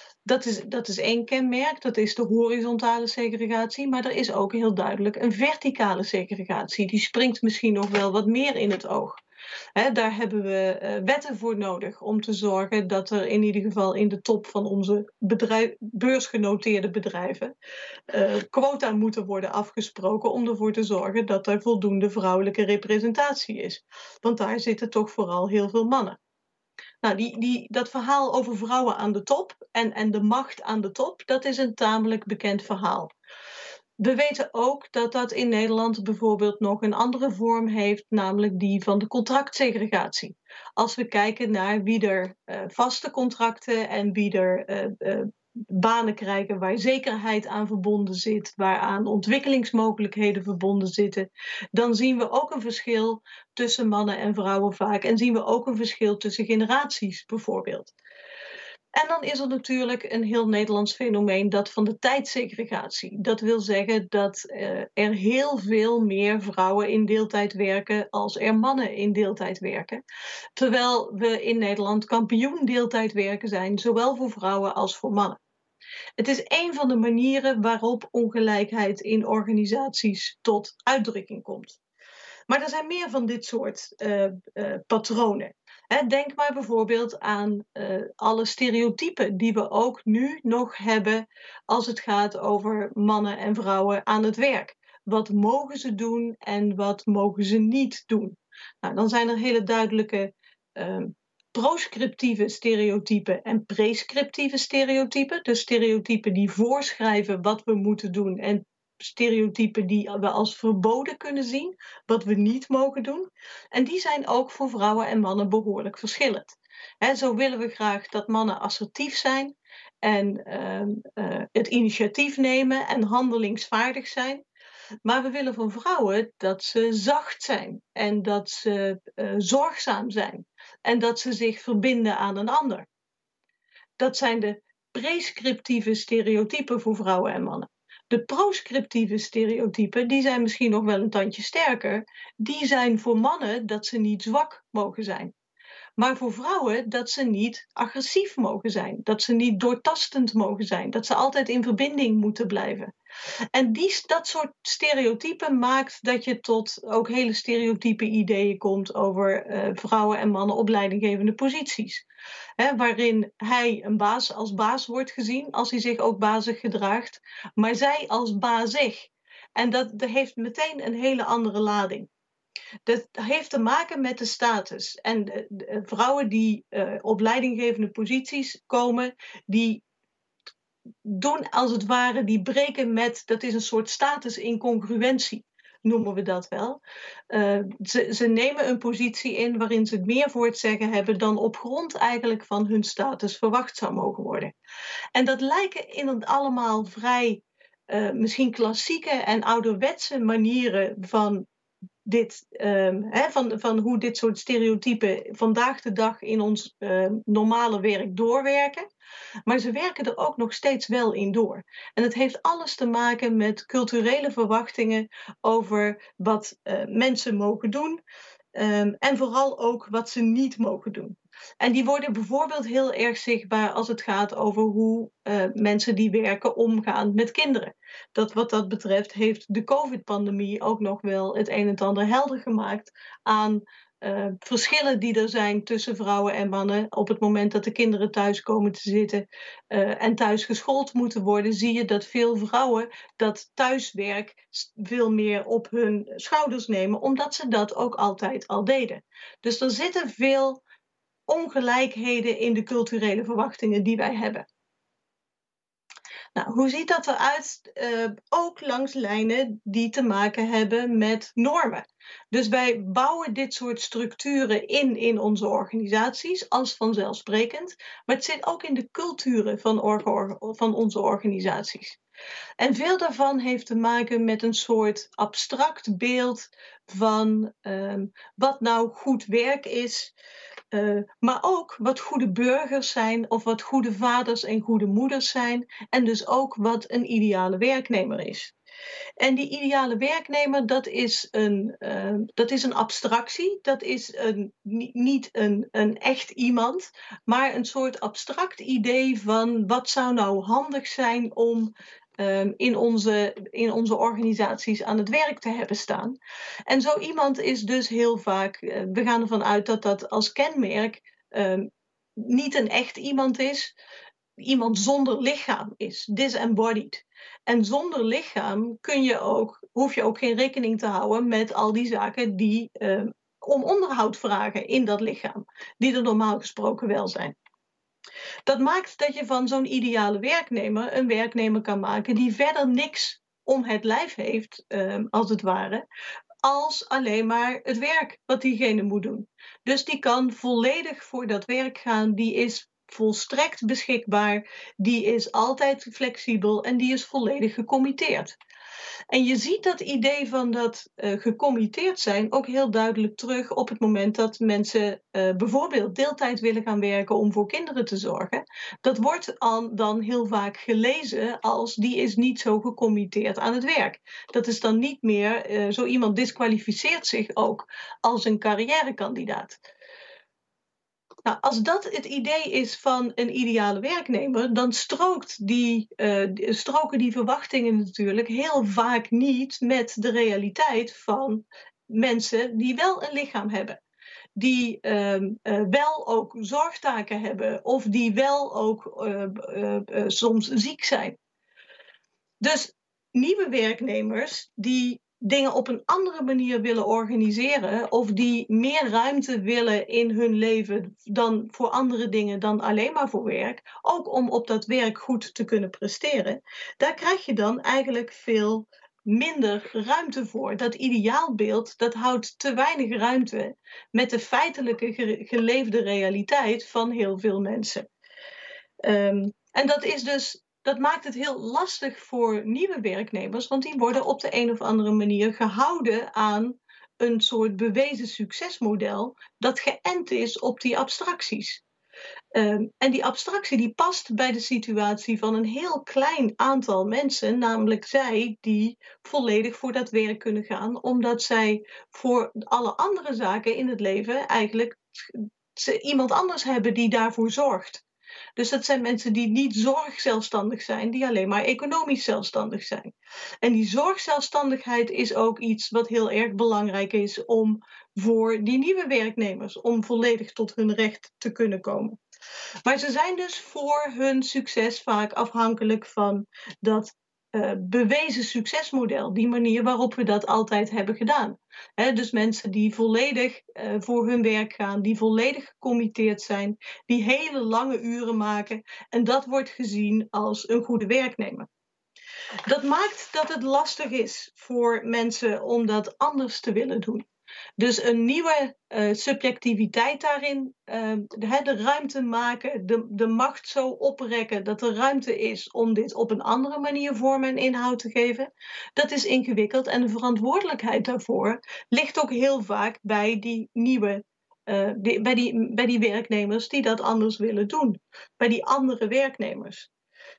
Dat is één kenmerk, dat is de horizontale segregatie, maar er is ook heel duidelijk een verticale segregatie. Die springt misschien nog wel wat meer in het oog. Daar hebben we wetten voor nodig om te zorgen dat er in ieder geval in de top van onze beursgenoteerde bedrijven quota moeten worden afgesproken om ervoor te zorgen dat er voldoende vrouwelijke representatie is. Want daar zitten toch vooral heel veel mannen. Nou, dat verhaal over vrouwen aan de top en de macht aan de top, dat is een tamelijk bekend verhaal. We weten ook dat dat in Nederland bijvoorbeeld nog een andere vorm heeft, namelijk die van de contractsegregatie. Als we kijken naar wie er vaste contracten en wie er banen krijgen waar zekerheid aan verbonden zit, waaraan ontwikkelingsmogelijkheden verbonden zitten, dan zien we ook een verschil tussen mannen en vrouwen vaak. En zien we ook een verschil tussen generaties bijvoorbeeld. En dan is er natuurlijk een heel Nederlands fenomeen, dat van de tijdsegregatie. Dat wil zeggen dat er heel veel meer vrouwen in deeltijd werken als er mannen in deeltijd werken. Terwijl we in Nederland kampioen deeltijd werken zijn, zowel voor vrouwen als voor mannen. Het is een van de manieren waarop ongelijkheid in organisaties tot uitdrukking komt. Maar er zijn meer van dit soort patronen. Denk maar bijvoorbeeld aan alle stereotypen die we ook nu nog hebben als het gaat over mannen en vrouwen aan het werk. Wat mogen ze doen en wat mogen ze niet doen? Nou, dan zijn er hele duidelijke proscriptieve stereotypen en prescriptieve stereotypen. Dus stereotypen die voorschrijven wat we moeten doen en stereotypen die we als verboden kunnen zien, wat we niet mogen doen. En die zijn ook voor vrouwen en mannen behoorlijk verschillend. Zo willen we graag dat mannen assertief zijn en het initiatief nemen en handelingsvaardig zijn. Maar we willen van vrouwen dat ze zacht zijn en dat ze zorgzaam zijn en dat ze zich verbinden aan een ander. Dat zijn de prescriptieve stereotypen voor vrouwen en mannen. De proscriptieve stereotypen, die zijn misschien nog wel een tandje sterker. Die zijn voor mannen dat ze niet zwak mogen zijn. Maar voor vrouwen dat ze niet agressief mogen zijn. Dat ze niet doortastend mogen zijn. Dat ze altijd in verbinding moeten blijven. En dat soort stereotypen maakt dat je tot ook hele stereotype ideeën komt over vrouwen en mannen op leidinggevende posities. Waarin hij als baas wordt gezien, als hij zich ook bazig gedraagt, maar zij als bazig. En dat heeft meteen een hele andere lading. Dat heeft te maken met de status. En de vrouwen die op leidinggevende posities komen, die doen als het ware, die breken met, dat is een soort statusincongruentie, noemen we dat wel. Ze nemen een positie in waarin ze meer voor het zeggen hebben dan op grond eigenlijk van hun status verwacht zou mogen worden. En dat lijken in allemaal vrij misschien klassieke en ouderwetse manieren van van hoe dit soort stereotypen vandaag de dag in ons normale werk doorwerken. Maar ze werken er ook nog steeds wel in door. En het heeft alles te maken met culturele verwachtingen over wat mensen mogen doen. En vooral ook wat ze niet mogen doen. En die worden bijvoorbeeld heel erg zichtbaar als het gaat over hoe mensen die werken omgaan met kinderen. Wat dat betreft heeft de COVID-pandemie ook nog wel het een en ander helder gemaakt aan verschillen die er zijn tussen vrouwen en mannen. Op het moment dat de kinderen thuis komen te zitten en thuis geschoold moeten worden, zie je dat veel vrouwen dat thuiswerk veel meer op hun schouders nemen, omdat ze dat ook altijd al deden. Dus er zitten veel ongelijkheden in de culturele verwachtingen die wij hebben. Nou, hoe ziet dat eruit? Ook langs lijnen die te maken hebben met normen. Dus wij bouwen dit soort structuren in onze organisaties als vanzelfsprekend. Maar het zit ook in de culturen van onze organisaties. En veel daarvan heeft te maken met een soort abstract beeld van wat nou goed werk is. Maar ook wat goede burgers zijn of wat goede vaders en goede moeders zijn. En dus ook wat een ideale werknemer is. En die ideale werknemer, dat is een abstractie. Dat is niet een echt iemand, maar een soort abstract idee van wat zou nou handig zijn om in onze organisaties aan het werk te hebben staan. En zo iemand is dus heel vaak, we gaan ervan uit dat dat als kenmerk niet een echt iemand is, iemand zonder lichaam is, disembodied. En zonder lichaam hoef je ook geen rekening te houden met al die zaken die om onderhoud vragen in dat lichaam, die er normaal gesproken wel zijn. Dat maakt dat je van zo'n ideale werknemer een werknemer kan maken die verder niks om het lijf heeft, als het ware, als alleen maar het werk wat diegene moet doen. Dus die kan volledig voor dat werk gaan, die is volstrekt beschikbaar, die is altijd flexibel en die is volledig gecommitteerd. En je ziet dat idee van dat gecommitteerd zijn ook heel duidelijk terug op het moment dat mensen bijvoorbeeld deeltijd willen gaan werken om voor kinderen te zorgen. Dat wordt dan heel vaak gelezen als die is niet zo gecommitteerd aan het werk. Dat is dan niet meer, zo iemand disqualificeert zich ook als een carrièrekandidaat. Nou, als dat het idee is van een ideale werknemer, dan stroken die verwachtingen natuurlijk heel vaak niet met de realiteit van mensen die wel een lichaam hebben. Die wel ook zorgtaken hebben of die wel ook soms ziek zijn. Dus nieuwe werknemers die dingen op een andere manier willen organiseren of die meer ruimte willen in hun leven dan voor andere dingen dan alleen maar voor werk, ook om op dat werk goed te kunnen presteren, daar krijg je dan eigenlijk veel minder ruimte voor. Dat ideaalbeeld, dat houdt te weinig ruimte met de feitelijke geleefde realiteit van heel veel mensen. En dat maakt het heel lastig voor nieuwe werknemers, want die worden op de een of andere manier gehouden aan een soort bewezen succesmodel dat geënt is op die abstracties. En die abstractie die past bij de situatie van een heel klein aantal mensen, namelijk zij die volledig voor dat werk kunnen gaan, omdat zij voor alle andere zaken in het leven eigenlijk iemand anders hebben die daarvoor zorgt. Dus dat zijn mensen die niet zorgzelfstandig zijn, die alleen maar economisch zelfstandig zijn. En die zorgzelfstandigheid is ook iets wat heel erg belangrijk is voor die nieuwe werknemers, om volledig tot hun recht te kunnen komen. Maar ze zijn dus voor hun succes vaak afhankelijk van dat bewezen succesmodel, die manier waarop we dat altijd hebben gedaan. Dus mensen die volledig voor hun werk gaan, die volledig gecommitteerd zijn, die hele lange uren maken en dat wordt gezien als een goede werknemer. Dat maakt dat het lastig is voor mensen om dat anders te willen doen. Dus een nieuwe subjectiviteit daarin, de ruimte maken, de macht zo oprekken dat er ruimte is om dit op een andere manier vorm en inhoud te geven, dat is ingewikkeld en de verantwoordelijkheid daarvoor ligt ook heel vaak bij die nieuwe, bij die werknemers die dat anders willen doen, bij die andere werknemers.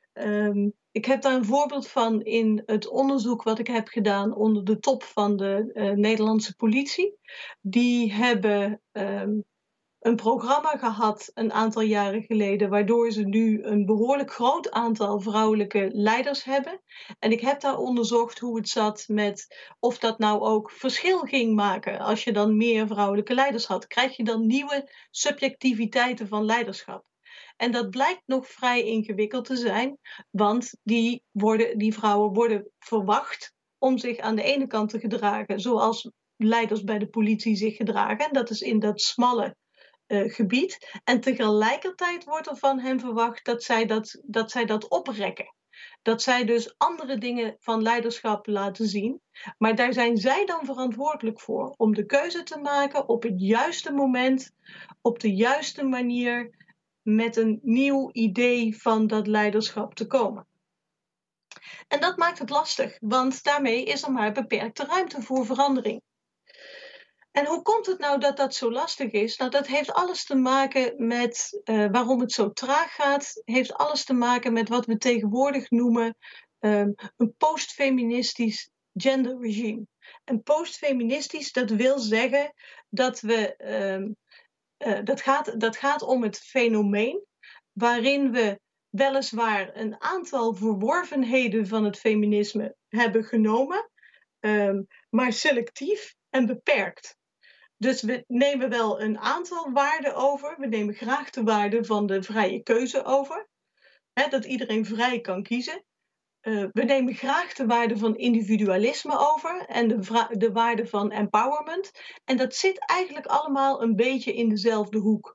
Ik heb daar een voorbeeld van in het onderzoek wat ik heb gedaan onder de top van de Nederlandse politie. Die hebben een programma gehad een aantal jaren geleden, waardoor ze nu een behoorlijk groot aantal vrouwelijke leiders hebben. En ik heb daar onderzocht hoe het zat met of dat nou ook verschil ging maken. Als je dan meer vrouwelijke leiders had, krijg je dan nieuwe subjectiviteiten van leiderschap. En dat blijkt nog vrij ingewikkeld te zijn, want die vrouwen worden verwacht om zich aan de ene kant te gedragen zoals leiders bij de politie zich gedragen. En dat is in dat smalle gebied. En tegelijkertijd wordt er van hen verwacht dat zij dat oprekken. Dat zij dus andere dingen van leiderschap laten zien. Maar daar zijn zij dan verantwoordelijk voor om de keuze te maken op het juiste moment, op de juiste manier, met een nieuw idee van dat leiderschap te komen. En dat maakt het lastig, want daarmee is er maar beperkte ruimte voor verandering. En hoe komt het nou dat dat zo lastig is? Nou, dat heeft alles te maken met waarom het zo traag gaat. Heeft alles te maken met wat we tegenwoordig noemen een postfeministisch genderregime. En postfeministisch, dat wil zeggen dat we dat gaat om het fenomeen waarin we weliswaar een aantal verworvenheden van het feminisme hebben genomen, maar selectief en beperkt. Dus we nemen wel een aantal waarden over. We nemen graag de waarde van de vrije keuze over. Dat iedereen vrij kan kiezen. We nemen graag de waarde van individualisme over en de waarde van empowerment. En dat zit eigenlijk allemaal een beetje in dezelfde hoek.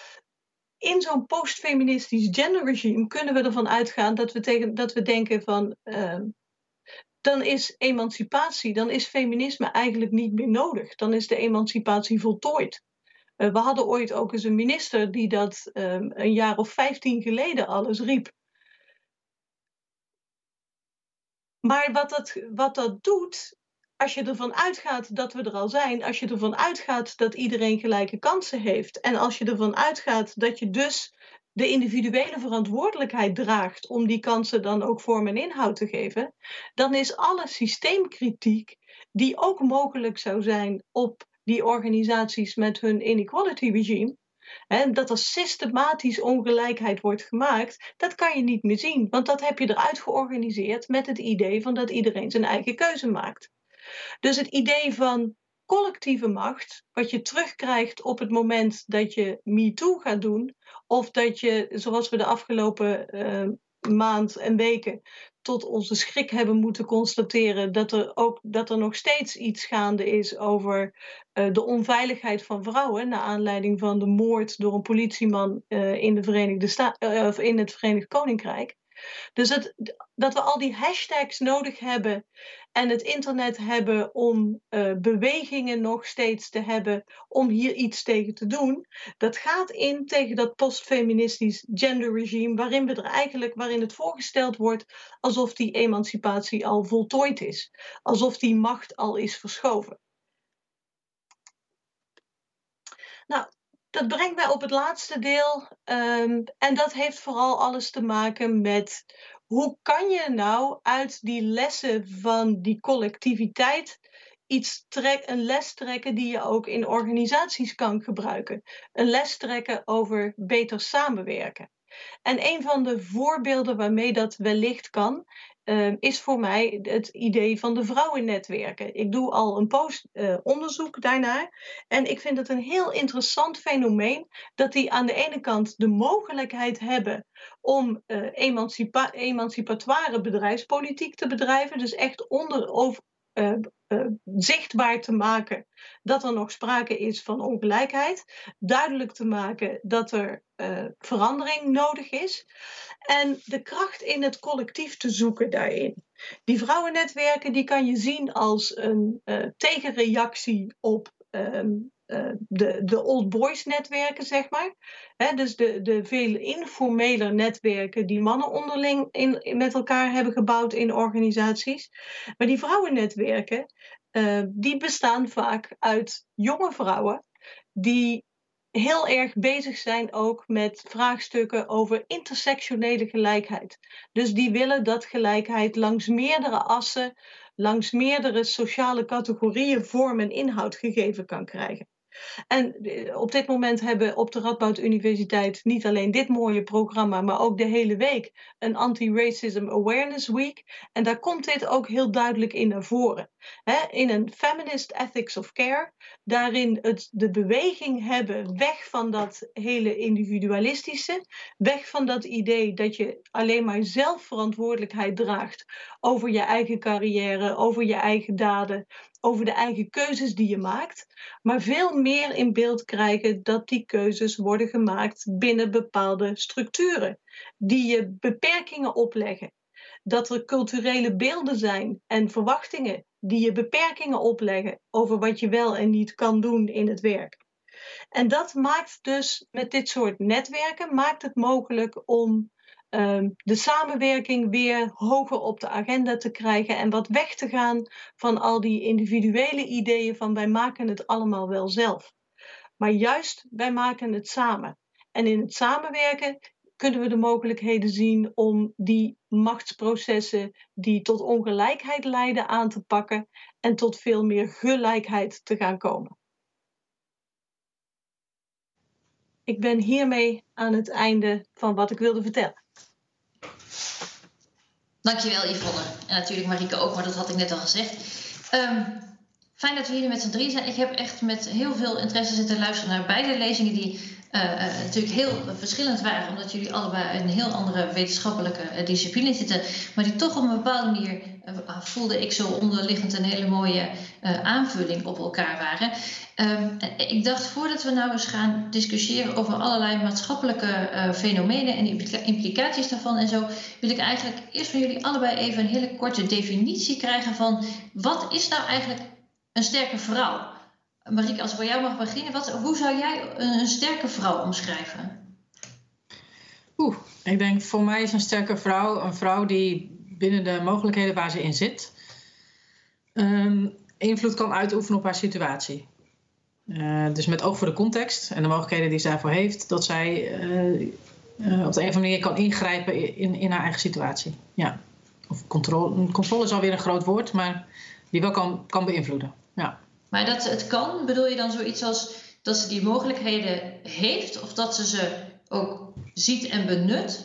In zo'n postfeministisch genderregime kunnen we ervan uitgaan dat we denken van dan is emancipatie, dan is feminisme eigenlijk niet meer nodig. Dan is de emancipatie voltooid. We hadden ooit ook eens een minister die dat een jaar of 15 geleden alles riep. Maar wat dat doet, als je ervan uitgaat dat we er al zijn, als je ervan uitgaat dat iedereen gelijke kansen heeft en als je ervan uitgaat dat je dus de individuele verantwoordelijkheid draagt om die kansen dan ook vorm en inhoud te geven, dan is alle systeemkritiek die ook mogelijk zou zijn op die organisaties met hun inequality regime, dat er systematisch ongelijkheid wordt gemaakt, dat kan je niet meer zien. Want dat heb je eruit georganiseerd met het idee van dat iedereen zijn eigen keuze maakt. Dus het idee van collectieve macht, wat je terugkrijgt op het moment dat je MeToo gaat doen, of dat je, zoals we de afgelopen maand en weken tot onze schrik hebben moeten constateren dat er nog steeds iets gaande is over de onveiligheid van vrouwen naar aanleiding van de moord door een politieman in het Verenigd Koninkrijk. Dus dat we al die hashtags nodig hebben en het internet hebben om bewegingen nog steeds te hebben om hier iets tegen te doen, dat gaat in tegen dat postfeministisch genderregime waarin het voorgesteld wordt alsof die emancipatie al voltooid is, alsof die macht al is verschoven. Nou, dat brengt mij op het laatste deel en dat heeft vooral alles te maken met hoe kan je nou uit die lessen van die collectiviteit een les trekken die je ook in organisaties kan gebruiken. Een les trekken over beter samenwerken. En een van de voorbeelden waarmee dat wellicht kan, is voor mij het idee van de vrouwennetwerken. Ik doe al een onderzoek daarnaar. En ik vind het een heel interessant fenomeen dat die aan de ene kant de mogelijkheid hebben om emancipatoire bedrijfspolitiek te bedrijven. Dus echt zichtbaar te maken dat er nog sprake is van ongelijkheid. Duidelijk te maken dat er verandering nodig is. En de kracht in het collectief te zoeken daarin. Die vrouwennetwerken die kan je zien als een tegenreactie op de old boys netwerken, zeg maar. Dus de veel informeler netwerken die mannen onderling met elkaar hebben gebouwd in organisaties. Maar die vrouwennetwerken, die bestaan vaak uit jonge vrouwen die heel erg bezig zijn ook met vraagstukken over intersectionele gelijkheid. Dus die willen dat gelijkheid langs meerdere assen, langs meerdere sociale categorieën vorm en inhoud gegeven kan krijgen. En op dit moment hebben we op de Radboud Universiteit niet alleen dit mooie programma, maar ook de hele week een Anti-Racism Awareness Week. En daar komt dit ook heel duidelijk in naar voren. In een Feminist Ethics of Care, daarin de beweging hebben weg van dat hele individualistische, weg van dat idee dat je alleen maar zelf verantwoordelijkheid draagt over je eigen carrière, over je eigen daden, over de eigen keuzes die je maakt, maar veel meer in beeld krijgen dat die keuzes worden gemaakt binnen bepaalde structuren, die je beperkingen opleggen. Dat er culturele beelden zijn en verwachtingen die je beperkingen opleggen over wat je wel en niet kan doen in het werk. En dat maakt dus met dit soort netwerken maakt het mogelijk om de samenwerking weer hoger op de agenda te krijgen en wat weg te gaan van al die individuele ideeën van wij maken het allemaal wel zelf. Maar juist wij maken het samen. En in het samenwerken kunnen we de mogelijkheden zien om die machtsprocessen die tot ongelijkheid leiden aan te pakken en tot veel meer gelijkheid te gaan komen. Ik ben hiermee aan het einde van wat ik wilde vertellen. Dankjewel Yvonne. En natuurlijk Marieke ook, maar dat had ik net al gezegd. Fijn dat we hier met z'n drie zijn. Ik heb echt met heel veel interesse zitten luisteren naar beide lezingen die natuurlijk heel verschillend waren. Omdat jullie allebei in een heel andere wetenschappelijke discipline zitten. Maar die toch op een bepaalde manier, voelde ik zo onderliggend, een hele mooie aanvulling op elkaar waren. Ik dacht, voordat we nou eens gaan discussiëren over allerlei maatschappelijke fenomenen en de implicaties daarvan en zo, wil ik eigenlijk eerst van jullie allebei even een hele korte definitie krijgen van wat is nou eigenlijk een sterke vrouw? Marieke, als ik bij jou mag beginnen, hoe zou jij een sterke vrouw omschrijven? Ik denk voor mij is een sterke vrouw een vrouw die binnen de mogelijkheden waar ze in zit invloed kan uitoefenen op haar situatie. Dus met oog voor de context en de mogelijkheden die ze daarvoor heeft, dat zij op de een of andere manier kan ingrijpen in haar eigen situatie. Ja. Of controle is alweer een groot woord, maar die wel kan beïnvloeden. Ja. Maar dat het kan, bedoel je dan zoiets als dat ze die mogelijkheden heeft of dat ze ook ziet en benut?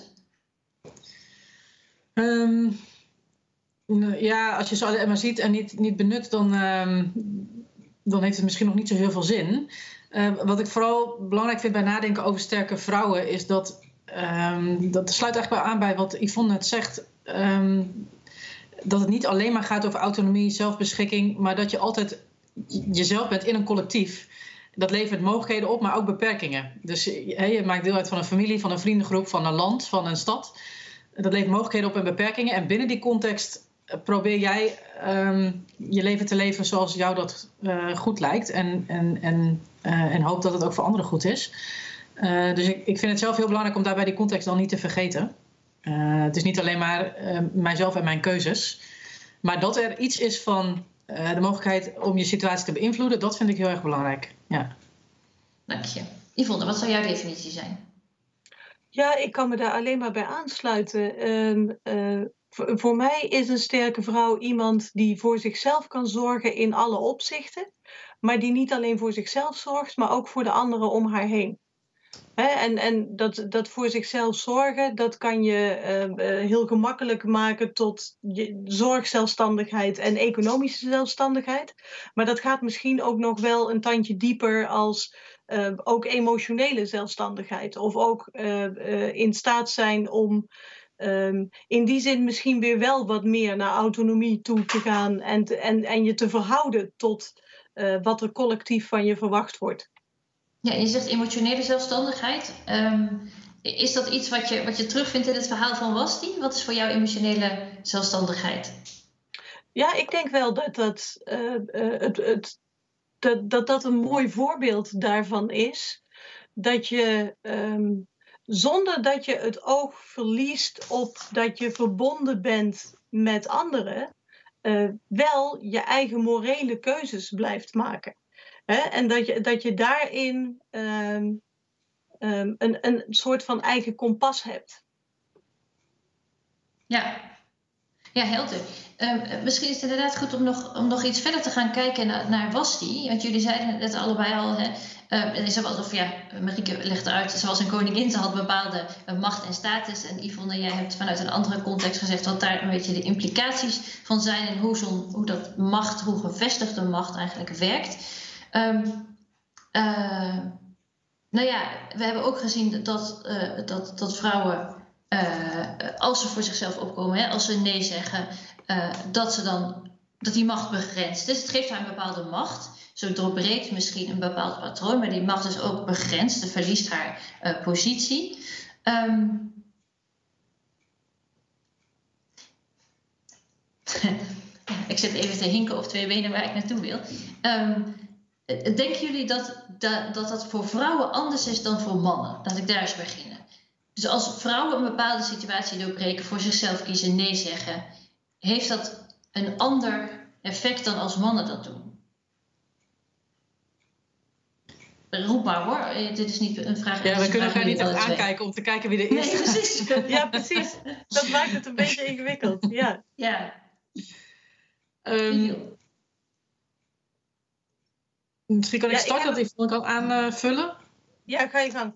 Ja, als je ze alleen maar ziet en niet benut, dan heeft het misschien nog niet zo heel veel zin. Wat ik vooral belangrijk vind bij nadenken over sterke vrouwen is dat sluit eigenlijk wel aan bij wat Yvonne net zegt. Dat het niet alleen maar gaat over autonomie, zelfbeschikking, maar dat je altijd jezelf bent in een collectief. Dat levert mogelijkheden op, maar ook beperkingen. Dus je maakt deel uit van een familie, van een vriendengroep, van een land, van een stad. Dat levert mogelijkheden op en beperkingen. En binnen die context probeer jij je leven te leven zoals jou dat goed lijkt. En hoop dat het ook voor anderen goed is. Dus ik vind het zelf heel belangrijk om daarbij die context dan niet te vergeten. Het is niet alleen maar mijzelf en mijn keuzes. Maar dat er iets is van de mogelijkheid om je situatie te beïnvloeden, dat vind ik heel erg belangrijk. Ja. Dank je. Yvonne, wat zou jouw definitie zijn? Ja, ik kan me daar alleen maar bij aansluiten. Voor mij is een sterke vrouw iemand die voor zichzelf kan zorgen in alle opzichten. Maar die niet alleen voor zichzelf zorgt, maar ook voor de anderen om haar heen. En dat voor zichzelf zorgen, dat kan je heel gemakkelijk maken tot zorgzelfstandigheid en economische zelfstandigheid. Maar dat gaat misschien ook nog wel een tandje dieper als ook emotionele zelfstandigheid. Of ook in staat zijn om in die zin misschien weer wel wat meer naar autonomie toe te gaan en je te verhouden tot wat er collectief van je verwacht wordt. Ja, je zegt emotionele zelfstandigheid. Is dat iets wat je terugvindt in het verhaal van Wasti? Wat is voor jou emotionele zelfstandigheid? Ja, ik denk wel dat een mooi voorbeeld daarvan is. Dat je, zonder dat je het oog verliest op dat je verbonden bent met anderen, wel je eigen morele keuzes blijft maken. En dat je daarin een soort van eigen kompas hebt. Ja, helder. Misschien is het inderdaad goed om nog iets verder te gaan kijken naar Wasti. Want jullie zeiden het allebei al. Het is alsof, Marieke legde uit, ze was een koningin. Ze had bepaalde macht en status. En Yvonne, jij hebt vanuit een andere context gezegd wat daar een beetje de implicaties van zijn. En hoe gevestigde macht eigenlijk werkt. We hebben ook gezien dat vrouwen, als ze voor zichzelf opkomen, als ze nee zeggen, dat die macht begrenst is. Het geeft haar een bepaalde macht. Zo doorbreekt misschien een bepaald patroon, maar die macht is ook begrensd. Ze verliest haar positie. Ik zit even te hinken op twee benen waar ik naartoe wil. Denken jullie dat voor vrouwen anders is dan voor mannen? Laat ik daar eens beginnen. Dus als vrouwen een bepaalde situatie doorbreken, voor zichzelf kiezen, nee zeggen, heeft dat een ander effect dan als mannen dat doen? Roep maar hoor, dit is niet een vraag. Ja, we kunnen elkaar niet echt aankijken om te kijken wie de eerste is. Nee, precies. Ja, precies. Dat maakt het een beetje ingewikkeld. Ja. Misschien kan ik starten dat Yvonne kan aanvullen. Ja, ga je gang.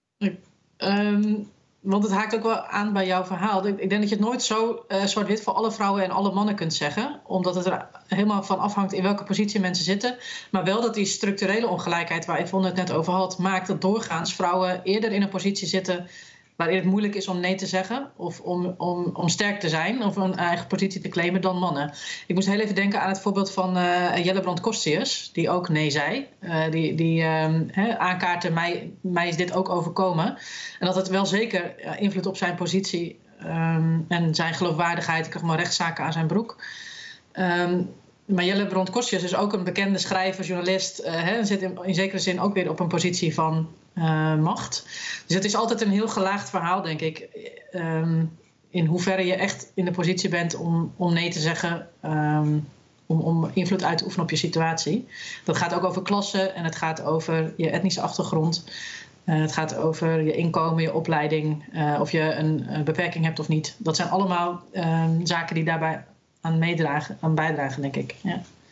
Want het haakt ook wel aan bij jouw verhaal. Ik denk dat je het nooit zo zwart-wit voor alle vrouwen en alle mannen kunt zeggen. Omdat het er helemaal van afhangt in welke positie mensen zitten. Maar wel dat die structurele ongelijkheid waar Yvonne het net over had, maakt dat doorgaans vrouwen eerder in een positie zitten waarin het moeilijk is om nee te zeggen of om sterk te zijn of een eigen positie te claimen dan mannen. Ik moest heel even denken aan het voorbeeld van Jellebrand Korstius, die ook nee zei. Die aankaartte, mij is dit ook overkomen. En dat het wel zeker invloed op zijn positie en zijn geloofwaardigheid. Ik kreeg maar rechtszaken aan zijn broek. Maar Jellebrand Korstius is ook een bekende schrijver, journalist. En zit in zekere zin ook weer op een positie van macht. Dus het is altijd een heel gelaagd verhaal, denk ik. In hoeverre je echt in de positie bent om nee te zeggen. Om invloed uit te oefenen op je situatie. Dat gaat ook over klasse en het gaat over je etnische achtergrond. Het gaat over je inkomen, je opleiding. Of je een beperking hebt of niet. Dat zijn allemaal zaken die daarbij aan bijdragen, denk ik.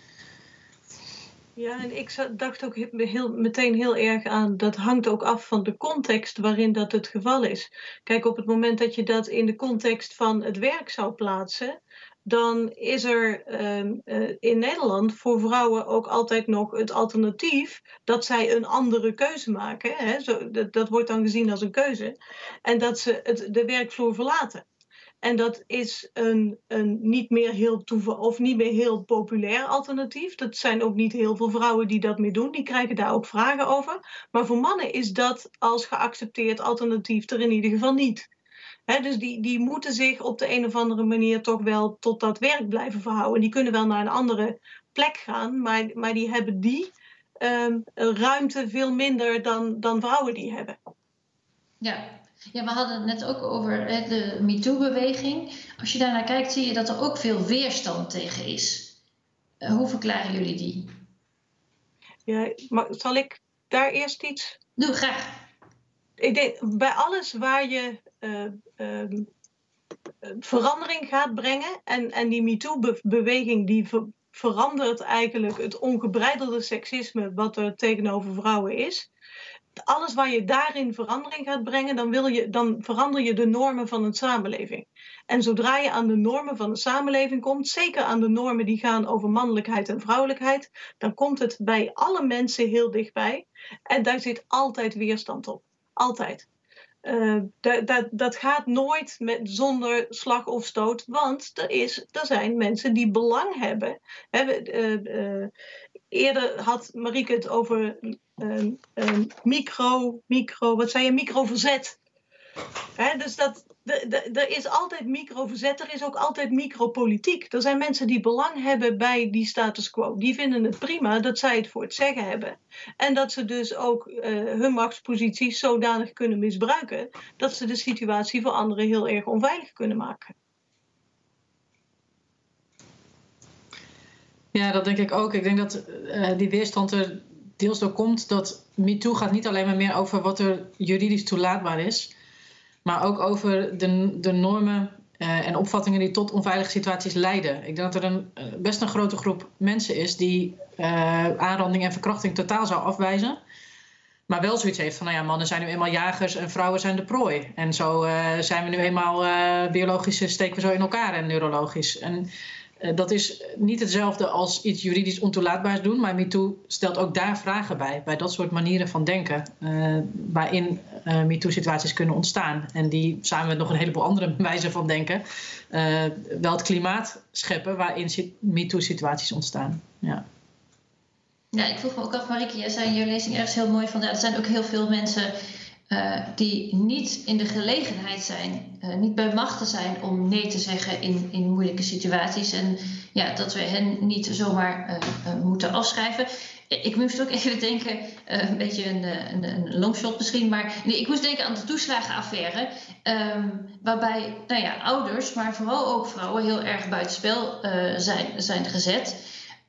Ja, en ik dacht ook meteen heel erg aan, dat hangt ook af van de context waarin dat het geval is. Kijk, op het moment dat je dat in de context van het werk zou plaatsen, dan is er in Nederland voor vrouwen ook altijd nog het alternatief dat zij een andere keuze maken. Dat wordt dan gezien als een keuze. En dat ze de werkvloer verlaten. En dat is een niet meer heel populair alternatief. Dat zijn ook niet heel veel vrouwen die dat meer doen. Die krijgen daar ook vragen over. Maar voor mannen is dat als geaccepteerd alternatief er in ieder geval niet. Dus die moeten zich op de een of andere manier toch wel tot dat werk blijven verhouden. Die kunnen wel naar een andere plek gaan, maar die hebben die ruimte veel minder dan vrouwen die hebben. Ja, we hadden het net ook over de MeToo-beweging. Als je daarnaar kijkt, zie je dat er ook veel weerstand tegen is. Hoe verklaren jullie die? Ja, maar zal ik daar eerst iets? Doe, graag. Ik denk, bij alles waar je verandering gaat brengen, en die MeToo-beweging die verandert eigenlijk het ongebreidelde seksisme wat er tegenover vrouwen is. Alles waar je daarin verandering gaat brengen, dan verander je de normen van een samenleving. En zodra je aan de normen van de samenleving komt, zeker aan de normen die gaan over mannelijkheid en vrouwelijkheid, dan komt het bij alle mensen heel dichtbij. En daar zit altijd weerstand op. Altijd. Dat gaat nooit zonder slag of stoot, want er zijn mensen die belang hebben. Eerder had Marieke het over microverzet. Dus er is altijd microverzet, er is ook altijd micropolitiek. Er zijn mensen die belang hebben bij die status quo. Die vinden het prima dat zij het voor het zeggen hebben. En dat ze dus ook hun machtsposities zodanig kunnen misbruiken dat ze de situatie voor anderen heel erg onveilig kunnen maken. Ja, dat denk ik ook. Ik denk dat die weerstand er deels door komt dat MeToo gaat niet alleen maar meer over wat er juridisch toelaatbaar is, maar ook over de normen en opvattingen die tot onveilige situaties leiden. Ik denk dat er best een grote groep mensen is die aanranding en verkrachting totaal zou afwijzen, maar wel zoiets heeft van, nou ja, mannen zijn nu eenmaal jagers en vrouwen zijn de prooi. En zo zijn we nu eenmaal biologisch steken we zo in elkaar en neurologisch. En dat is niet hetzelfde als iets juridisch ontoelaatbaars doen, maar MeToo stelt ook daar vragen bij dat soort manieren van denken, waarin MeToo-situaties kunnen ontstaan. En die samen met nog een heleboel andere wijzen van denken, wel het klimaat scheppen waarin MeToo-situaties ontstaan. Ja. Ja, ik vroeg me ook af, Marieke, jij zei in je lezing ergens heel mooi van, er zijn ook heel veel mensen die niet in de gelegenheid zijn, niet bij machten zijn om nee te zeggen in moeilijke situaties. En ja, dat we hen niet zomaar moeten afschrijven. Ik moest ook even denken, een beetje een longshot misschien, maar nee, ik moest denken aan de toeslagenaffaire. Waarbij ouders, maar vooral ook vrouwen heel erg buitenspel zijn gezet.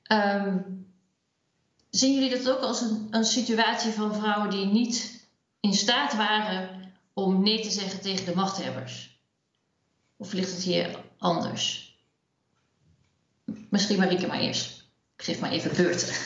Zien jullie dat ook als een situatie van vrouwen die niet in staat waren om nee te zeggen tegen de machthebbers? Of ligt het hier anders? Misschien Marieke maar eerst. Ik geef maar even beurt.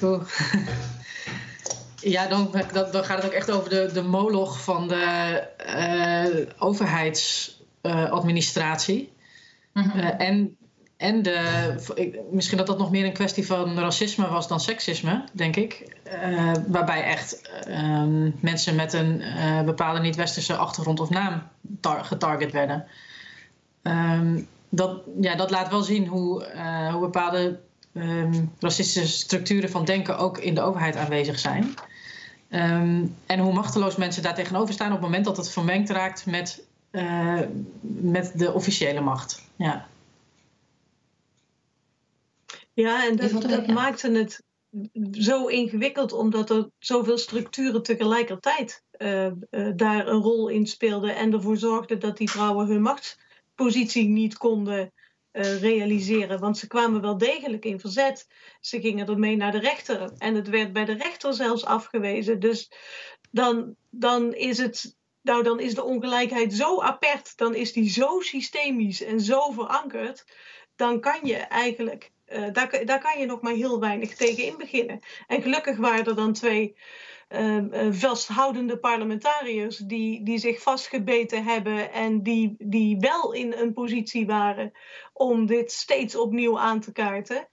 Ja, dan gaat het ook echt over de moloch van de overheidsadministratie. En misschien dat nog meer een kwestie van racisme was dan seksisme, denk ik. Waarbij echt mensen met een bepaalde niet-westerse achtergrond of naam getarget werden. Dat laat wel zien hoe bepaalde racistische structuren van denken ook in de overheid aanwezig zijn. En hoe machteloos mensen daar tegenover staan op het moment dat het vermengd raakt met de officiële macht. Ja. Ja, en dat maakte het zo ingewikkeld, omdat er zoveel structuren tegelijkertijd daar een rol in speelden en ervoor zorgden dat die vrouwen hun machtspositie niet konden realiseren. Want ze kwamen wel degelijk in verzet. Ze gingen ermee naar de rechter en het werd bij de rechter zelfs afgewezen. Dus dan is de ongelijkheid zo apert, dan is die zo systemisch en zo verankerd, dan kan je eigenlijk daar kan je nog maar heel weinig tegen in beginnen. En gelukkig waren er dan 2 vasthoudende parlementariërs die zich vastgebeten hebben en die wel in een positie waren om dit steeds opnieuw aan te kaarten.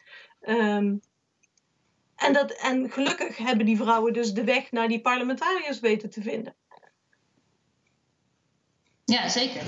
En gelukkig hebben die vrouwen dus de weg naar die parlementariërs weten te vinden. Ja, zeker.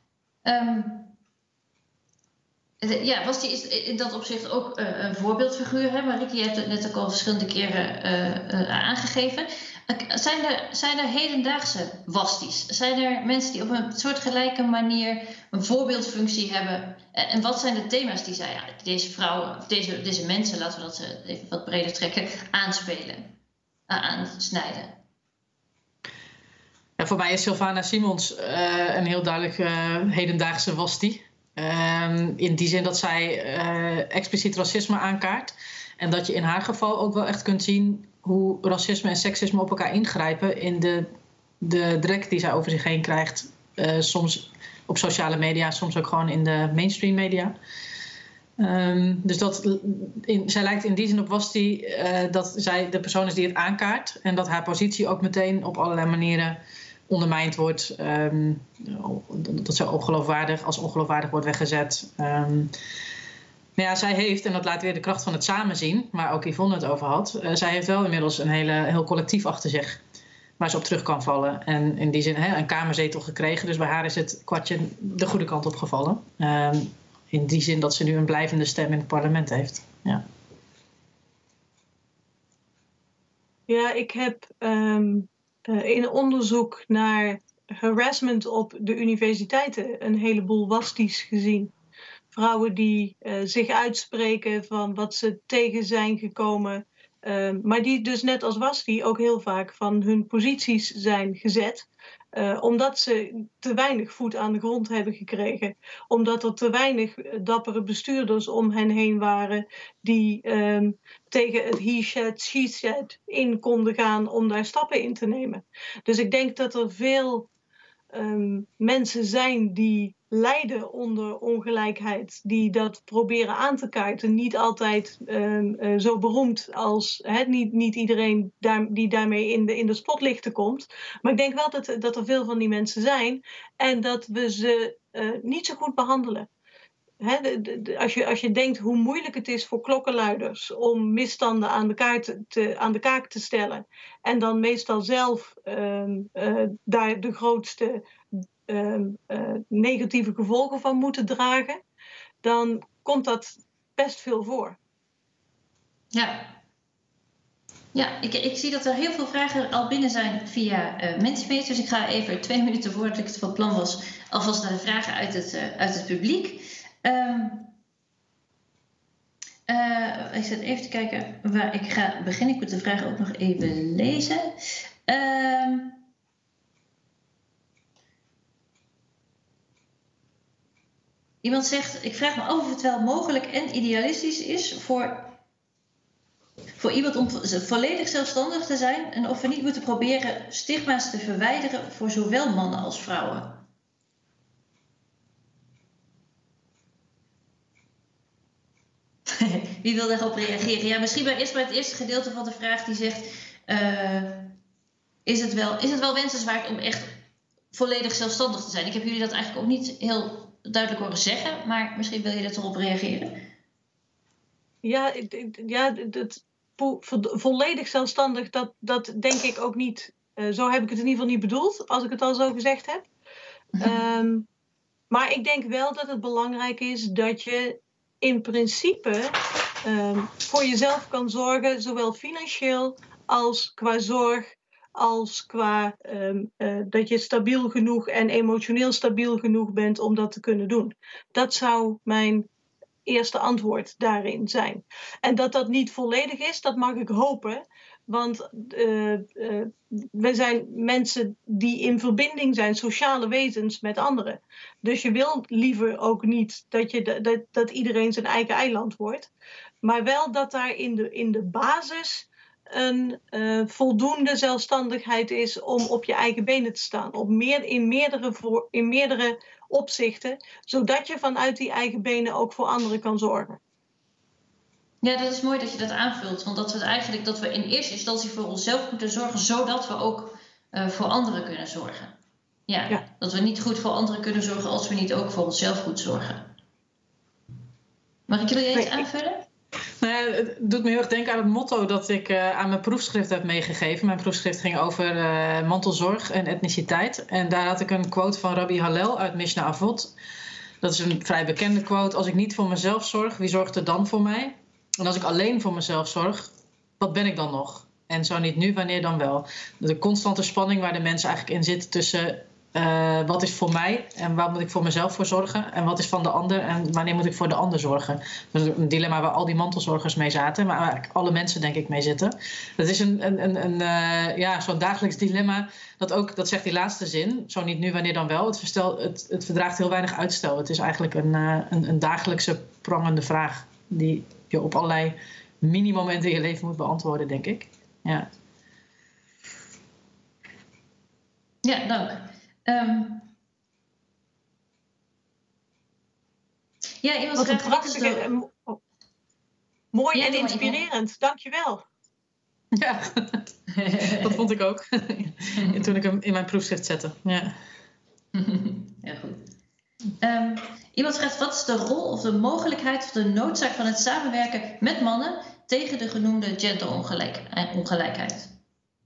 Was die in dat opzicht ook een voorbeeldfiguur, hè? Marieke, je hebt het net ook al verschillende keren aangegeven. Zijn er hedendaagse wasties? Zijn er mensen die op een soortgelijke manier een voorbeeldfunctie hebben? En wat zijn de thema's die deze vrouwen, of deze mensen, laten we dat even wat breder trekken, aansnijden? Ja, voor mij is Sylvana Simons een heel duidelijk hedendaagse wastie. In die zin dat zij expliciet racisme aankaart. En dat je in haar geval ook wel echt kunt zien hoe racisme en seksisme op elkaar ingrijpen in de drek die zij over zich heen krijgt. Soms op sociale media, soms ook gewoon in de mainstream media. Dus zij lijkt in die zin op Wasti dat zij de persoon is die het aankaart. En dat haar positie ook meteen op allerlei manieren ondermijnd wordt. Dat zij als ongeloofwaardig wordt weggezet. Maar ja, zij heeft, en dat laat weer de kracht van het samen zien, waar ook Yvonne het over had. Zij heeft wel inmiddels een heel collectief achter zich waar ze op terug kan vallen. En in die zin een kamerzetel gekregen. Dus bij haar is het kwartje de goede kant op gevallen. In die zin dat ze nu een blijvende stem in het parlement heeft. Ja, ja, ik heb in onderzoek naar harassment op de universiteiten een heleboel wasties gezien. Vrouwen die zich uitspreken van wat ze tegen zijn gekomen. Maar die dus net als Wasti ook heel vaak van hun posities zijn gezet. Omdat ze te weinig voet aan de grond hebben gekregen. Omdat er te weinig dappere bestuurders om hen heen waren die tegen het he said, she said in konden gaan om daar stappen in te nemen. Dus ik denk dat er veel mensen zijn die lijden onder ongelijkheid, die dat proberen aan te kaarten. Niet altijd zo beroemd als niet iedereen die daarmee in de spotlichten komt. Maar ik denk wel dat er veel van die mensen zijn en dat we ze niet zo goed behandelen. Als je denkt hoe moeilijk het is voor klokkenluiders om misstanden aan de kaak te stellen en dan meestal zelf daar de grootste negatieve gevolgen van moeten dragen, dan komt dat best veel voor. Ja, ik zie dat er heel veel vragen al binnen zijn via Mentimeter. Dus ik ga even 2 minuten voordat ik het van plan was, alvast naar de vragen uit het publiek. Ik zit even te kijken waar ik ga beginnen. Ik moet de vragen ook nog even lezen. Iemand zegt, ik vraag me af of het wel mogelijk en idealistisch is voor iemand om volledig zelfstandig te zijn en of we niet moeten proberen stigma's te verwijderen voor zowel mannen als vrouwen. Wie wil daarop reageren? Ja, misschien eerst bij het eerste gedeelte van de vraag die zegt, is het wel wensenswaard om echt volledig zelfstandig te zijn? Ik heb jullie dat eigenlijk ook niet heel duidelijk horen zeggen, maar misschien wil je er erop reageren. Ja, volledig zelfstandig, dat denk ik ook niet. Zo heb ik het in ieder geval niet bedoeld, als ik het al zo gezegd heb. Maar ik denk wel dat het belangrijk is dat je in principe voor jezelf kan zorgen, zowel financieel als qua zorg, als qua dat je stabiel genoeg en emotioneel stabiel genoeg bent om dat te kunnen doen. Dat zou mijn eerste antwoord daarin zijn. En dat dat niet volledig is, dat mag ik hopen. Want we zijn mensen die in verbinding zijn, sociale wezens met anderen. Dus je wil liever ook niet dat iedereen zijn eigen eiland wordt. Maar wel dat daar in de basis een voldoende zelfstandigheid is om op je eigen benen te staan. In meerdere opzichten, zodat je vanuit die eigen benen ook voor anderen kan zorgen. Ja, dat is mooi dat je dat aanvult. Want dat we in eerste instantie voor onszelf moeten zorgen, zodat we ook voor anderen kunnen zorgen. Ja, dat we niet goed voor anderen kunnen zorgen als we niet ook voor onszelf goed zorgen. Mag ik jullie iets aanvullen? Nou ja, het doet me heel erg denken aan het motto dat ik aan mijn proefschrift heb meegegeven. Mijn proefschrift ging over mantelzorg en etniciteit. En daar had ik een quote van Rabbi Hallel uit Mishnah Avot. Dat is een vrij bekende quote. Als ik niet voor mezelf zorg, wie zorgt er dan voor mij? En als ik alleen voor mezelf zorg, wat ben ik dan nog? En zo niet nu, wanneer dan wel? De constante spanning waar de mensen eigenlijk in zitten tussen wat is voor mij en waar moet ik voor mezelf voor zorgen en wat is van de ander en wanneer moet ik voor de ander zorgen. Dat is een dilemma waar al die mantelzorgers mee zaten, maar waar eigenlijk alle mensen denk ik mee zitten. Dat is zo'n dagelijks dilemma dat zegt die laatste zin, zo niet nu, wanneer dan wel. Het verdraagt heel weinig uitstel. Het is eigenlijk een dagelijkse prangende vraag die je op allerlei mini-momenten in je leven moet beantwoorden, denk ik. Ja. Ja, dank. Iemand Wat een vraagt, prachtige, mooi Ja, en doe maar, inspirerend. Dankjewel. Ja, dat vond ik ook. Toen ik hem in mijn proefschrift zette. Ja. Ja, goed. Iemand vraagt, wat is de rol of de mogelijkheid of de noodzaak van het samenwerken met mannen tegen de genoemde genderongelijkheid?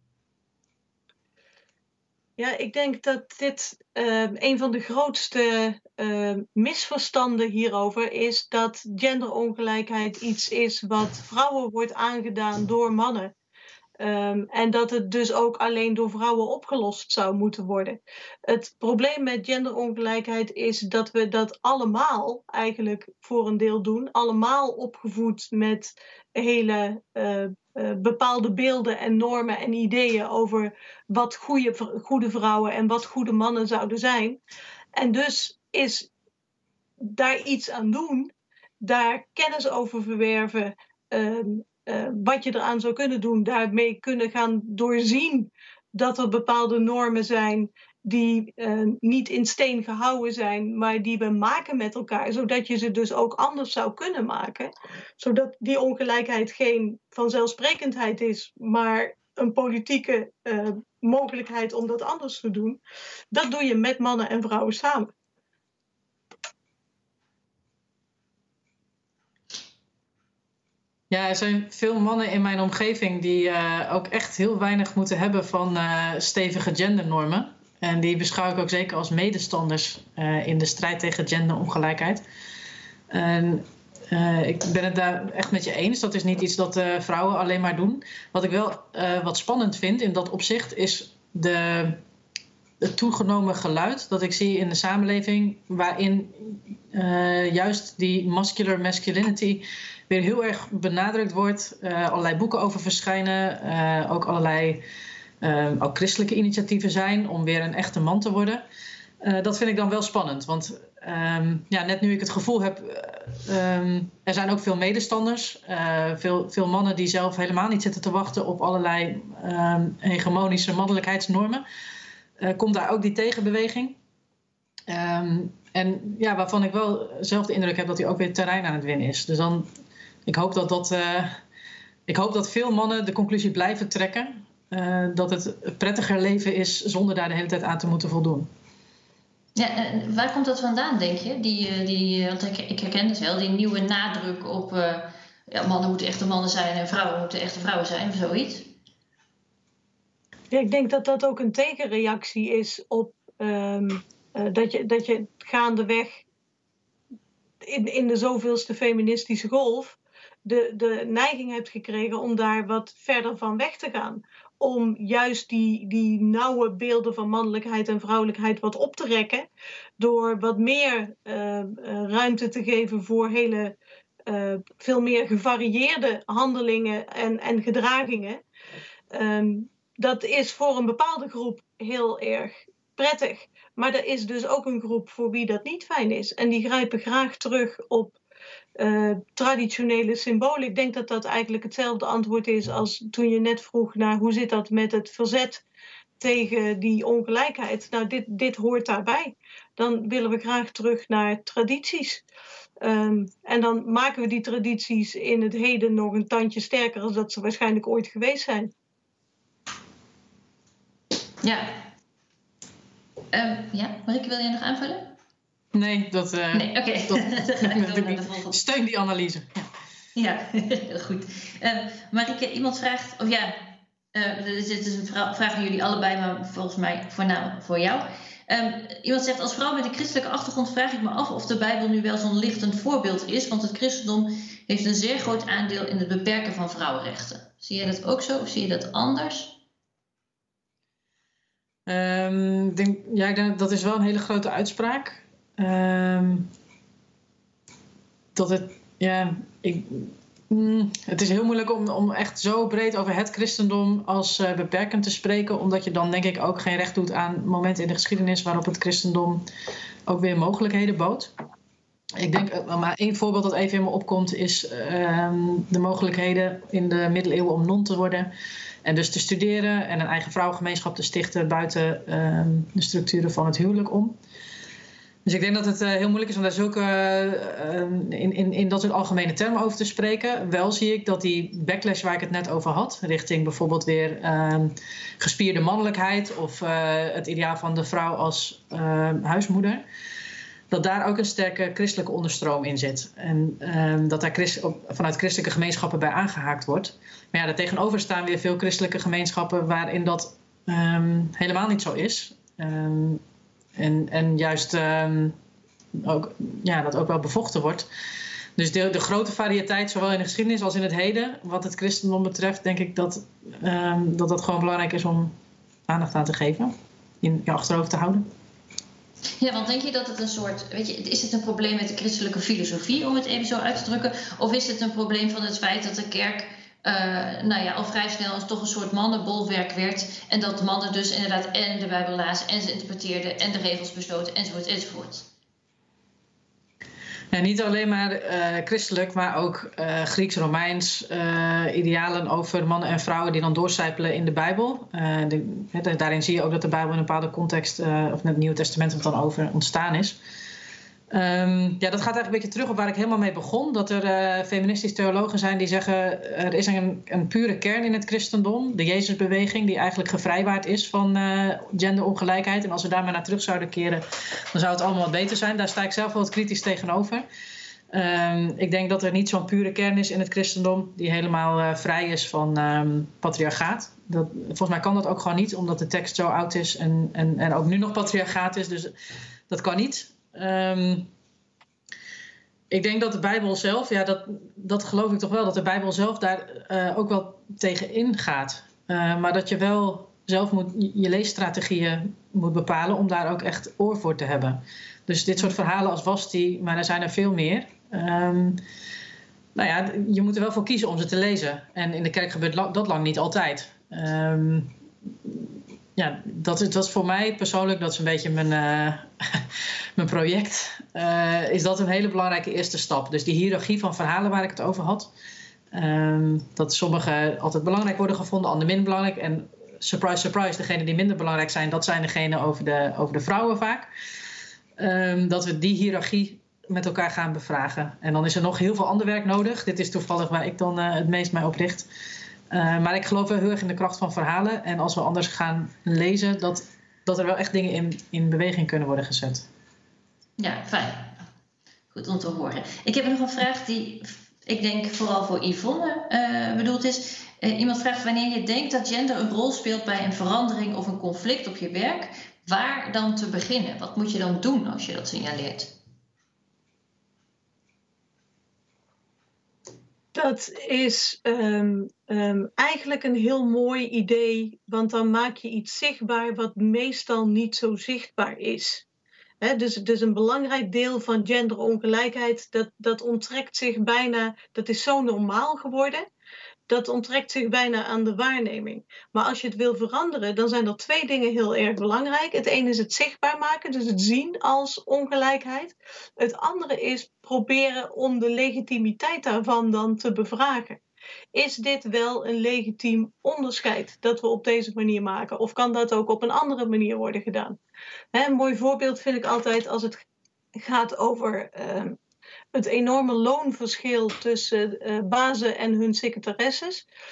Ja, ik denk dat dit een van de grootste misverstanden hierover is dat genderongelijkheid iets is wat vrouwen wordt aangedaan door mannen. En dat het dus ook alleen door vrouwen opgelost zou moeten worden. Het probleem met genderongelijkheid is dat we dat allemaal eigenlijk voor een deel doen. Allemaal opgevoed met hele bepaalde beelden en normen en ideeën over wat goede vrouwen en wat goede mannen zouden zijn. En dus is daar iets aan doen, daar kennis over verwerven, wat je eraan zou kunnen doen, daarmee kunnen gaan doorzien dat er bepaalde normen zijn die niet in steen gehouden zijn, maar die we maken met elkaar, zodat je ze dus ook anders zou kunnen maken. Zodat die ongelijkheid geen vanzelfsprekendheid is, maar een politieke mogelijkheid om dat anders te doen. Dat doe je met mannen en vrouwen samen. Ja, er zijn veel mannen in mijn omgeving die ook echt heel weinig moeten hebben van stevige gendernormen. En die beschouw ik ook zeker als medestanders in de strijd tegen genderongelijkheid. En ik ben het daar echt met je eens. Dat is niet iets dat vrouwen alleen maar doen. Wat ik wel wat spannend vind in dat opzicht is het toegenomen geluid dat ik zie in de samenleving, waarin juist die muscular masculinity weer heel erg benadrukt wordt. Allerlei boeken over verschijnen. Ook allerlei ook christelijke initiatieven zijn om weer een echte man te worden. Dat vind ik dan wel spannend. Want net nu ik het gevoel heb, er zijn ook veel medestanders. Veel mannen die zelf helemaal niet zitten te wachten op allerlei hegemonische mannelijkheidsnormen. Komt daar ook die tegenbeweging. En ja, waarvan ik wel zelf de indruk heb dat hij ook weer terrein aan het winnen is. Dus dan, ik hoop dat veel mannen de conclusie blijven trekken dat het prettiger leven is zonder daar de hele tijd aan te moeten voldoen. Ja, waar komt dat vandaan, denk je? Want ik herken het wel, die nieuwe nadruk op mannen moeten echte mannen zijn en vrouwen moeten echte vrouwen zijn of zoiets. Ja, ik denk dat dat ook een tegenreactie is op dat je gaandeweg in de zoveelste feministische golf de neiging hebt gekregen om daar wat verder van weg te gaan. Om juist die nauwe beelden van mannelijkheid en vrouwelijkheid wat op te rekken. Door wat meer ruimte te geven voor veel meer gevarieerde handelingen en gedragingen. Dat is voor een bepaalde groep heel erg prettig. Maar er is dus ook een groep voor wie dat niet fijn is. En die grijpen graag terug op traditionele symbolen. Ik denk dat dat eigenlijk hetzelfde antwoord is als toen je net vroeg naar hoe zit dat met het verzet tegen die ongelijkheid. Nou, dit hoort daarbij. Dan willen we graag terug naar tradities. En dan maken we die tradities in het heden nog een tandje sterker dan dat ze waarschijnlijk ooit geweest zijn. Ja. Marieke, wil jij nog aanvullen? Nee, dat steun die analyse. Ja, heel goed. Marieke, iemand vraagt, Dit is een vraag aan jullie allebei, maar volgens mij voornamelijk voor jou. Iemand zegt, als vrouw met een christelijke achtergrond vraag ik me af of de Bijbel nu wel zo'n lichtend voorbeeld is, want het christendom heeft een zeer groot aandeel in het beperken van vrouwenrechten. Zie je dat ook zo of zie je dat anders? Ik denk dat is wel een hele grote uitspraak. Het is heel moeilijk om echt zo breed over het christendom als beperkend te spreken, omdat je dan denk ik ook geen recht doet aan momenten in de geschiedenis waarop het christendom ook weer mogelijkheden bood. Ik denk, maar één voorbeeld dat even in me opkomt is de mogelijkheden in de middeleeuwen om non te worden en dus te studeren en een eigen vrouwengemeenschap te stichten buiten de structuren van het huwelijk om. Dus ik denk dat het heel moeilijk is om daar zulke in dat soort algemene termen over te spreken. Wel zie ik dat die backlash waar ik het net over had, richting bijvoorbeeld weer gespierde mannelijkheid of het ideaal van de vrouw als huismoeder, dat daar ook een sterke christelijke onderstroom in zit. En dat daar vanuit christelijke gemeenschappen bij aangehaakt wordt. Maar ja, daartegenover staan weer veel christelijke gemeenschappen waarin dat helemaal niet zo is. En juist dat ook wel bevochten wordt. Dus de grote variëteit, zowel in de geschiedenis als in het heden, wat het christendom betreft, denk ik dat gewoon belangrijk is om aandacht aan te geven. In je achterhoofd te houden. Ja, want denk je dat het een soort, is het een probleem met de christelijke filosofie, om het even zo uit te drukken? Of is het een probleem van het feit dat de kerk al vrij snel toch een soort mannenbolwerk werd en dat de mannen dus inderdaad en de Bijbel lazen en ze interpreteerden en de regels besloten enzovoort? Ja, niet alleen maar christelijk, maar ook Grieks-Romeins idealen over mannen en vrouwen die dan doorcijpelen in de Bijbel. Daarin zie je ook dat de Bijbel in een bepaalde context, of in het Nieuwe Testament het dan over ontstaan is. Dat gaat eigenlijk een beetje terug op waar ik helemaal mee begon. Dat er feministische theologen zijn die zeggen er is een pure kern in het christendom. De Jezusbeweging die eigenlijk gevrijwaard is van genderongelijkheid. En als we daar maar naar terug zouden keren, dan zou het allemaal wat beter zijn. Daar sta ik zelf wel wat kritisch tegenover. Ik denk dat er niet zo'n pure kern is in het christendom die helemaal vrij is van patriarchaat. Volgens mij kan dat ook gewoon niet, omdat de tekst zo oud is en ook nu nog patriarchaat is. Dus dat kan niet. Ik denk dat de Bijbel zelf, dat geloof ik toch wel, dat de Bijbel zelf daar ook wel tegen ingaat. Maar dat je wel zelf je leesstrategieën moet bepalen om daar ook echt oor voor te hebben. Dus dit soort verhalen als Vasti, maar er zijn er veel meer. Je moet er wel voor kiezen om ze te lezen. En in de kerk gebeurt dat lang niet altijd. Dat is voor mij persoonlijk, dat is een beetje mijn project, is dat een hele belangrijke eerste stap. Dus die hiërarchie van verhalen waar ik het over had, dat sommige altijd belangrijk worden gevonden, anderen minder belangrijk. En surprise, surprise, degenen die minder belangrijk zijn, dat zijn degenen over de vrouwen vaak. Dat we die hiërarchie met elkaar gaan bevragen. En dan is er nog heel veel ander werk nodig. Dit is toevallig waar ik dan het meest mij op richt. Maar ik geloof wel heel erg in de kracht van verhalen. En als we anders gaan lezen, dat er wel echt dingen in beweging kunnen worden gezet. Ja, fijn. Goed om te horen. Ik heb nog een vraag die ik denk vooral voor Yvonne bedoeld is. Iemand vraagt wanneer je denkt dat gender een rol speelt bij een verandering of een conflict op je werk. Waar dan te beginnen? Wat moet je dan doen als je dat signaleert? Dat is eigenlijk een heel mooi idee, want dan maak je iets zichtbaar wat meestal niet zo zichtbaar is. Dus een belangrijk deel van genderongelijkheid, dat onttrekt zich bijna, dat is zo normaal geworden, dat onttrekt zich bijna aan de waarneming. Maar als je het wil veranderen, dan zijn er 2 dingen heel erg belangrijk. Het ene is het zichtbaar maken, dus het zien als ongelijkheid. Het andere is proberen om de legitimiteit daarvan dan te bevragen. Is dit wel een legitiem onderscheid dat we op deze manier maken? Of kan dat ook op een andere manier worden gedaan? Een mooi voorbeeld vind ik altijd als het gaat over het enorme loonverschil tussen bazen en hun secretaresses.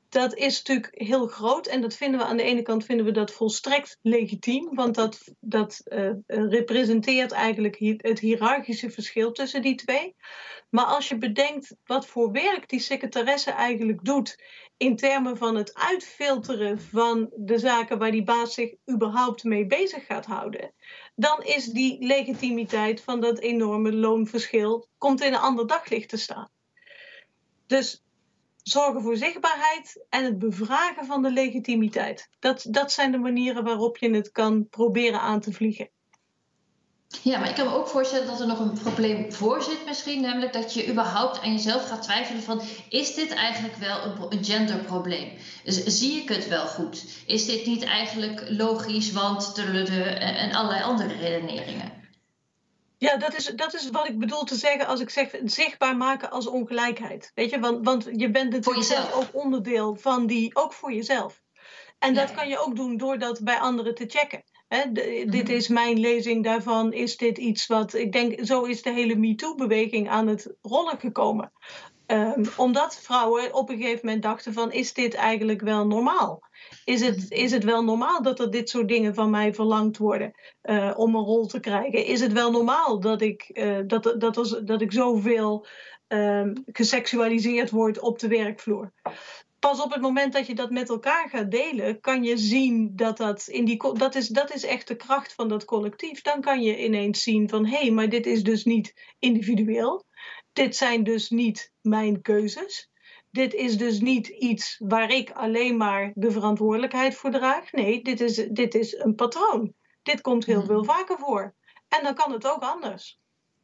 Dat is natuurlijk heel groot en dat vinden we aan de ene kant dat volstrekt legitiem, want dat representeert eigenlijk het hiërarchische verschil tussen die twee. Maar als je bedenkt wat voor werk die secretaresse eigenlijk doet in termen van het uitfilteren van de zaken waar die baas zich überhaupt mee bezig gaat houden, dan is die legitimiteit van dat enorme loonverschil komt in een ander daglicht te staan. Dus zorgen voor zichtbaarheid en het bevragen van de legitimiteit. Dat zijn de manieren waarop je het kan proberen aan te vliegen. Ja, maar ik kan me ook voorstellen dat er nog een probleem voor zit misschien. Namelijk dat je überhaupt aan jezelf gaat twijfelen van... is dit eigenlijk wel een genderprobleem? Dus zie ik het wel goed? Is dit niet eigenlijk logisch, want... en allerlei andere redeneringen? Ja, dat is wat ik bedoel te zeggen als ik zeg zichtbaar maken als ongelijkheid. Weet je, want je bent natuurlijk zelf ook onderdeel van die... ook voor jezelf. En dat kan je ook doen door dat bij anderen te checken. Dit is mijn lezing daarvan, is dit iets wat... Ik denk, zo is de hele MeToo-beweging aan het rollen gekomen. Omdat vrouwen op een gegeven moment dachten van... is dit eigenlijk wel normaal? Is het wel normaal dat er dit soort dingen van mij verlangd worden om een rol te krijgen? Is het wel normaal dat ik zoveel geseksualiseerd word op de werkvloer? Pas op het moment dat je dat met elkaar gaat delen, kan je zien dat is echt de kracht van dat collectief. Dan kan je ineens zien van, hé, maar dit is dus niet individueel. Dit zijn dus niet mijn keuzes. Dit is dus niet iets waar ik alleen maar de verantwoordelijkheid voor draag. Nee, dit is een patroon. Dit komt heel veel vaker voor. En dan kan het ook anders.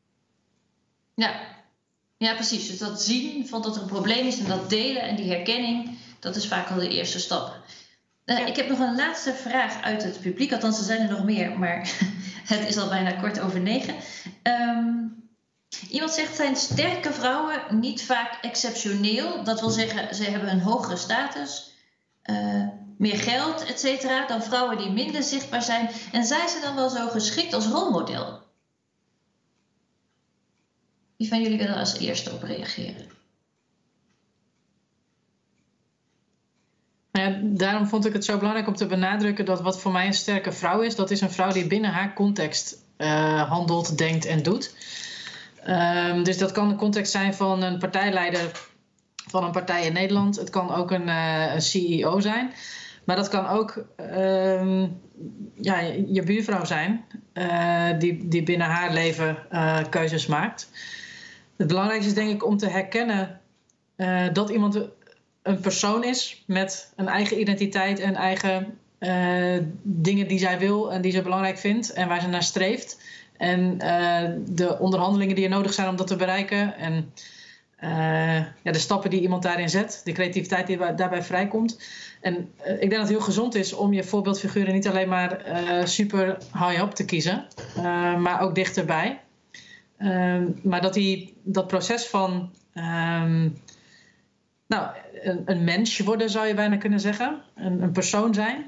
Ja, precies. Dus dat zien van dat er een probleem is en dat delen en die herkenning, dat is vaak al de eerste stap. Ik heb nog een laatste vraag uit het publiek. Althans, er zijn er nog meer, maar het is al bijna 9:15. Iemand zegt, zijn sterke vrouwen niet vaak exceptioneel? Dat wil zeggen, ze hebben een hogere status, meer geld, etc. dan vrouwen die minder zichtbaar zijn. En zijn ze dan wel zo geschikt als rolmodel? Wie van jullie willen als eerste op reageren? Ja, daarom vond ik het zo belangrijk om te benadrukken dat wat voor mij een sterke vrouw is, dat is een vrouw die binnen haar context handelt, denkt en doet. Dus dat kan de context zijn van een partijleider van een partij in Nederland. Het kan ook een CEO zijn. Maar dat kan ook je buurvrouw zijn die binnen haar leven keuzes maakt. Het belangrijkste is denk ik om te herkennen dat iemand een persoon is met een eigen identiteit en eigen dingen die zij wil en die ze belangrijk vindt en waar ze naar streeft. En de onderhandelingen die er nodig zijn om dat te bereiken. En de stappen die iemand daarin zet. De creativiteit die daarbij vrijkomt. En ik denk dat het heel gezond is om je voorbeeldfiguren niet alleen maar super high-up te kiezen. Maar ook dichterbij. Maar dat proces van een mens worden zou je bijna kunnen zeggen. Een persoon zijn.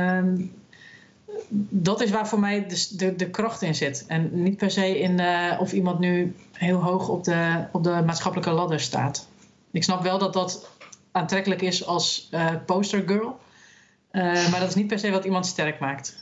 Dat is waar voor mij de kracht in zit. En niet per se in of iemand nu heel hoog op de maatschappelijke ladder staat. Ik snap wel dat dat aantrekkelijk is als postergirl. Maar dat is niet per se wat iemand sterk maakt.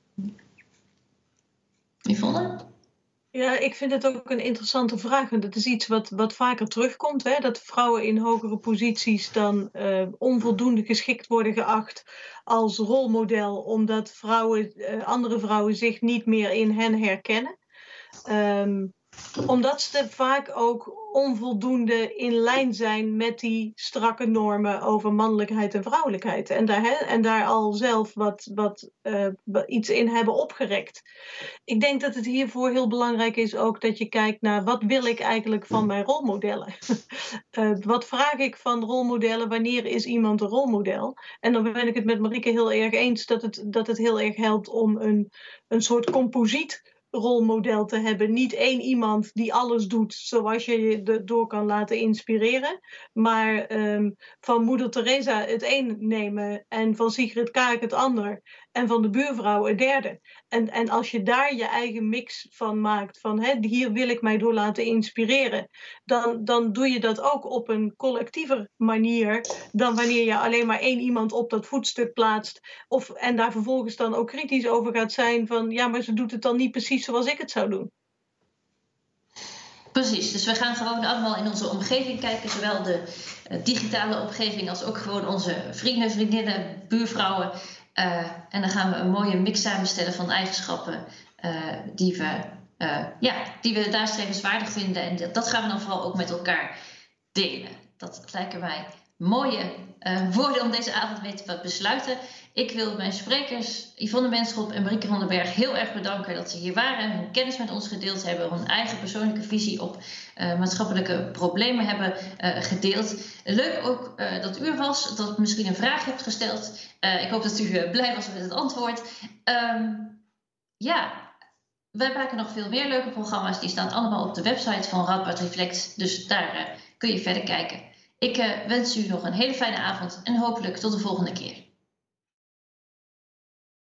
Yvonne? Ja, ik vind het ook een interessante vraag. Want het is iets wat vaker terugkomt. Hè? Dat vrouwen in hogere posities dan onvoldoende geschikt worden geacht als rolmodel. Omdat andere vrouwen zich niet meer in hen herkennen. Omdat ze vaak ook onvoldoende in lijn zijn met die strakke normen over mannelijkheid en vrouwelijkheid. En daar al zelf iets in hebben opgerekt. Ik denk dat het hiervoor heel belangrijk is ook dat je kijkt naar wat wil ik eigenlijk van mijn rolmodellen. Wat vraag ik van rolmodellen? Wanneer is iemand een rolmodel? En dan ben ik het met Marieke heel erg eens dat het heel erg helpt om een soort composiet rolmodel te hebben. Niet één iemand die alles doet zoals je je door kan laten inspireren. Maar van moeder Teresa het een nemen en van Sigrid Kaag het ander. en van de buurvrouw een derde. En als je daar je eigen mix van maakt, van hier wil ik mij door laten inspireren, dan doe je dat ook op een collectiever manier dan wanneer je alleen maar één iemand op dat voetstuk plaatst en daar vervolgens dan ook kritisch over gaat zijn van ja, maar ze doet het dan niet precies zoals ik het zou doen. Precies, dus we gaan gewoon allemaal in onze omgeving kijken, zowel de digitale omgeving als ook gewoon onze vrienden, vriendinnen, buurvrouwen. En dan gaan we een mooie mix samenstellen van eigenschappen die we nastrevenswaardig vinden. En dat gaan we dan vooral ook met elkaar delen. Dat lijken mij mooie woorden om deze avond mee te besluiten. Ik wil mijn sprekers Yvonne Benschop en Marieke van den Berg heel erg bedanken dat ze hier waren, hun kennis met ons gedeeld hebben, hun eigen persoonlijke visie op maatschappelijke problemen hebben gedeeld. Leuk ook dat u er was, dat u misschien een vraag hebt gesteld. Ik hoop dat u blij was met het antwoord. Wij maken nog veel meer leuke programma's. Die staan allemaal op de website van Radboud Reflect. Dus daar kun je verder kijken. Ik wens u nog een hele fijne avond en hopelijk tot de volgende keer.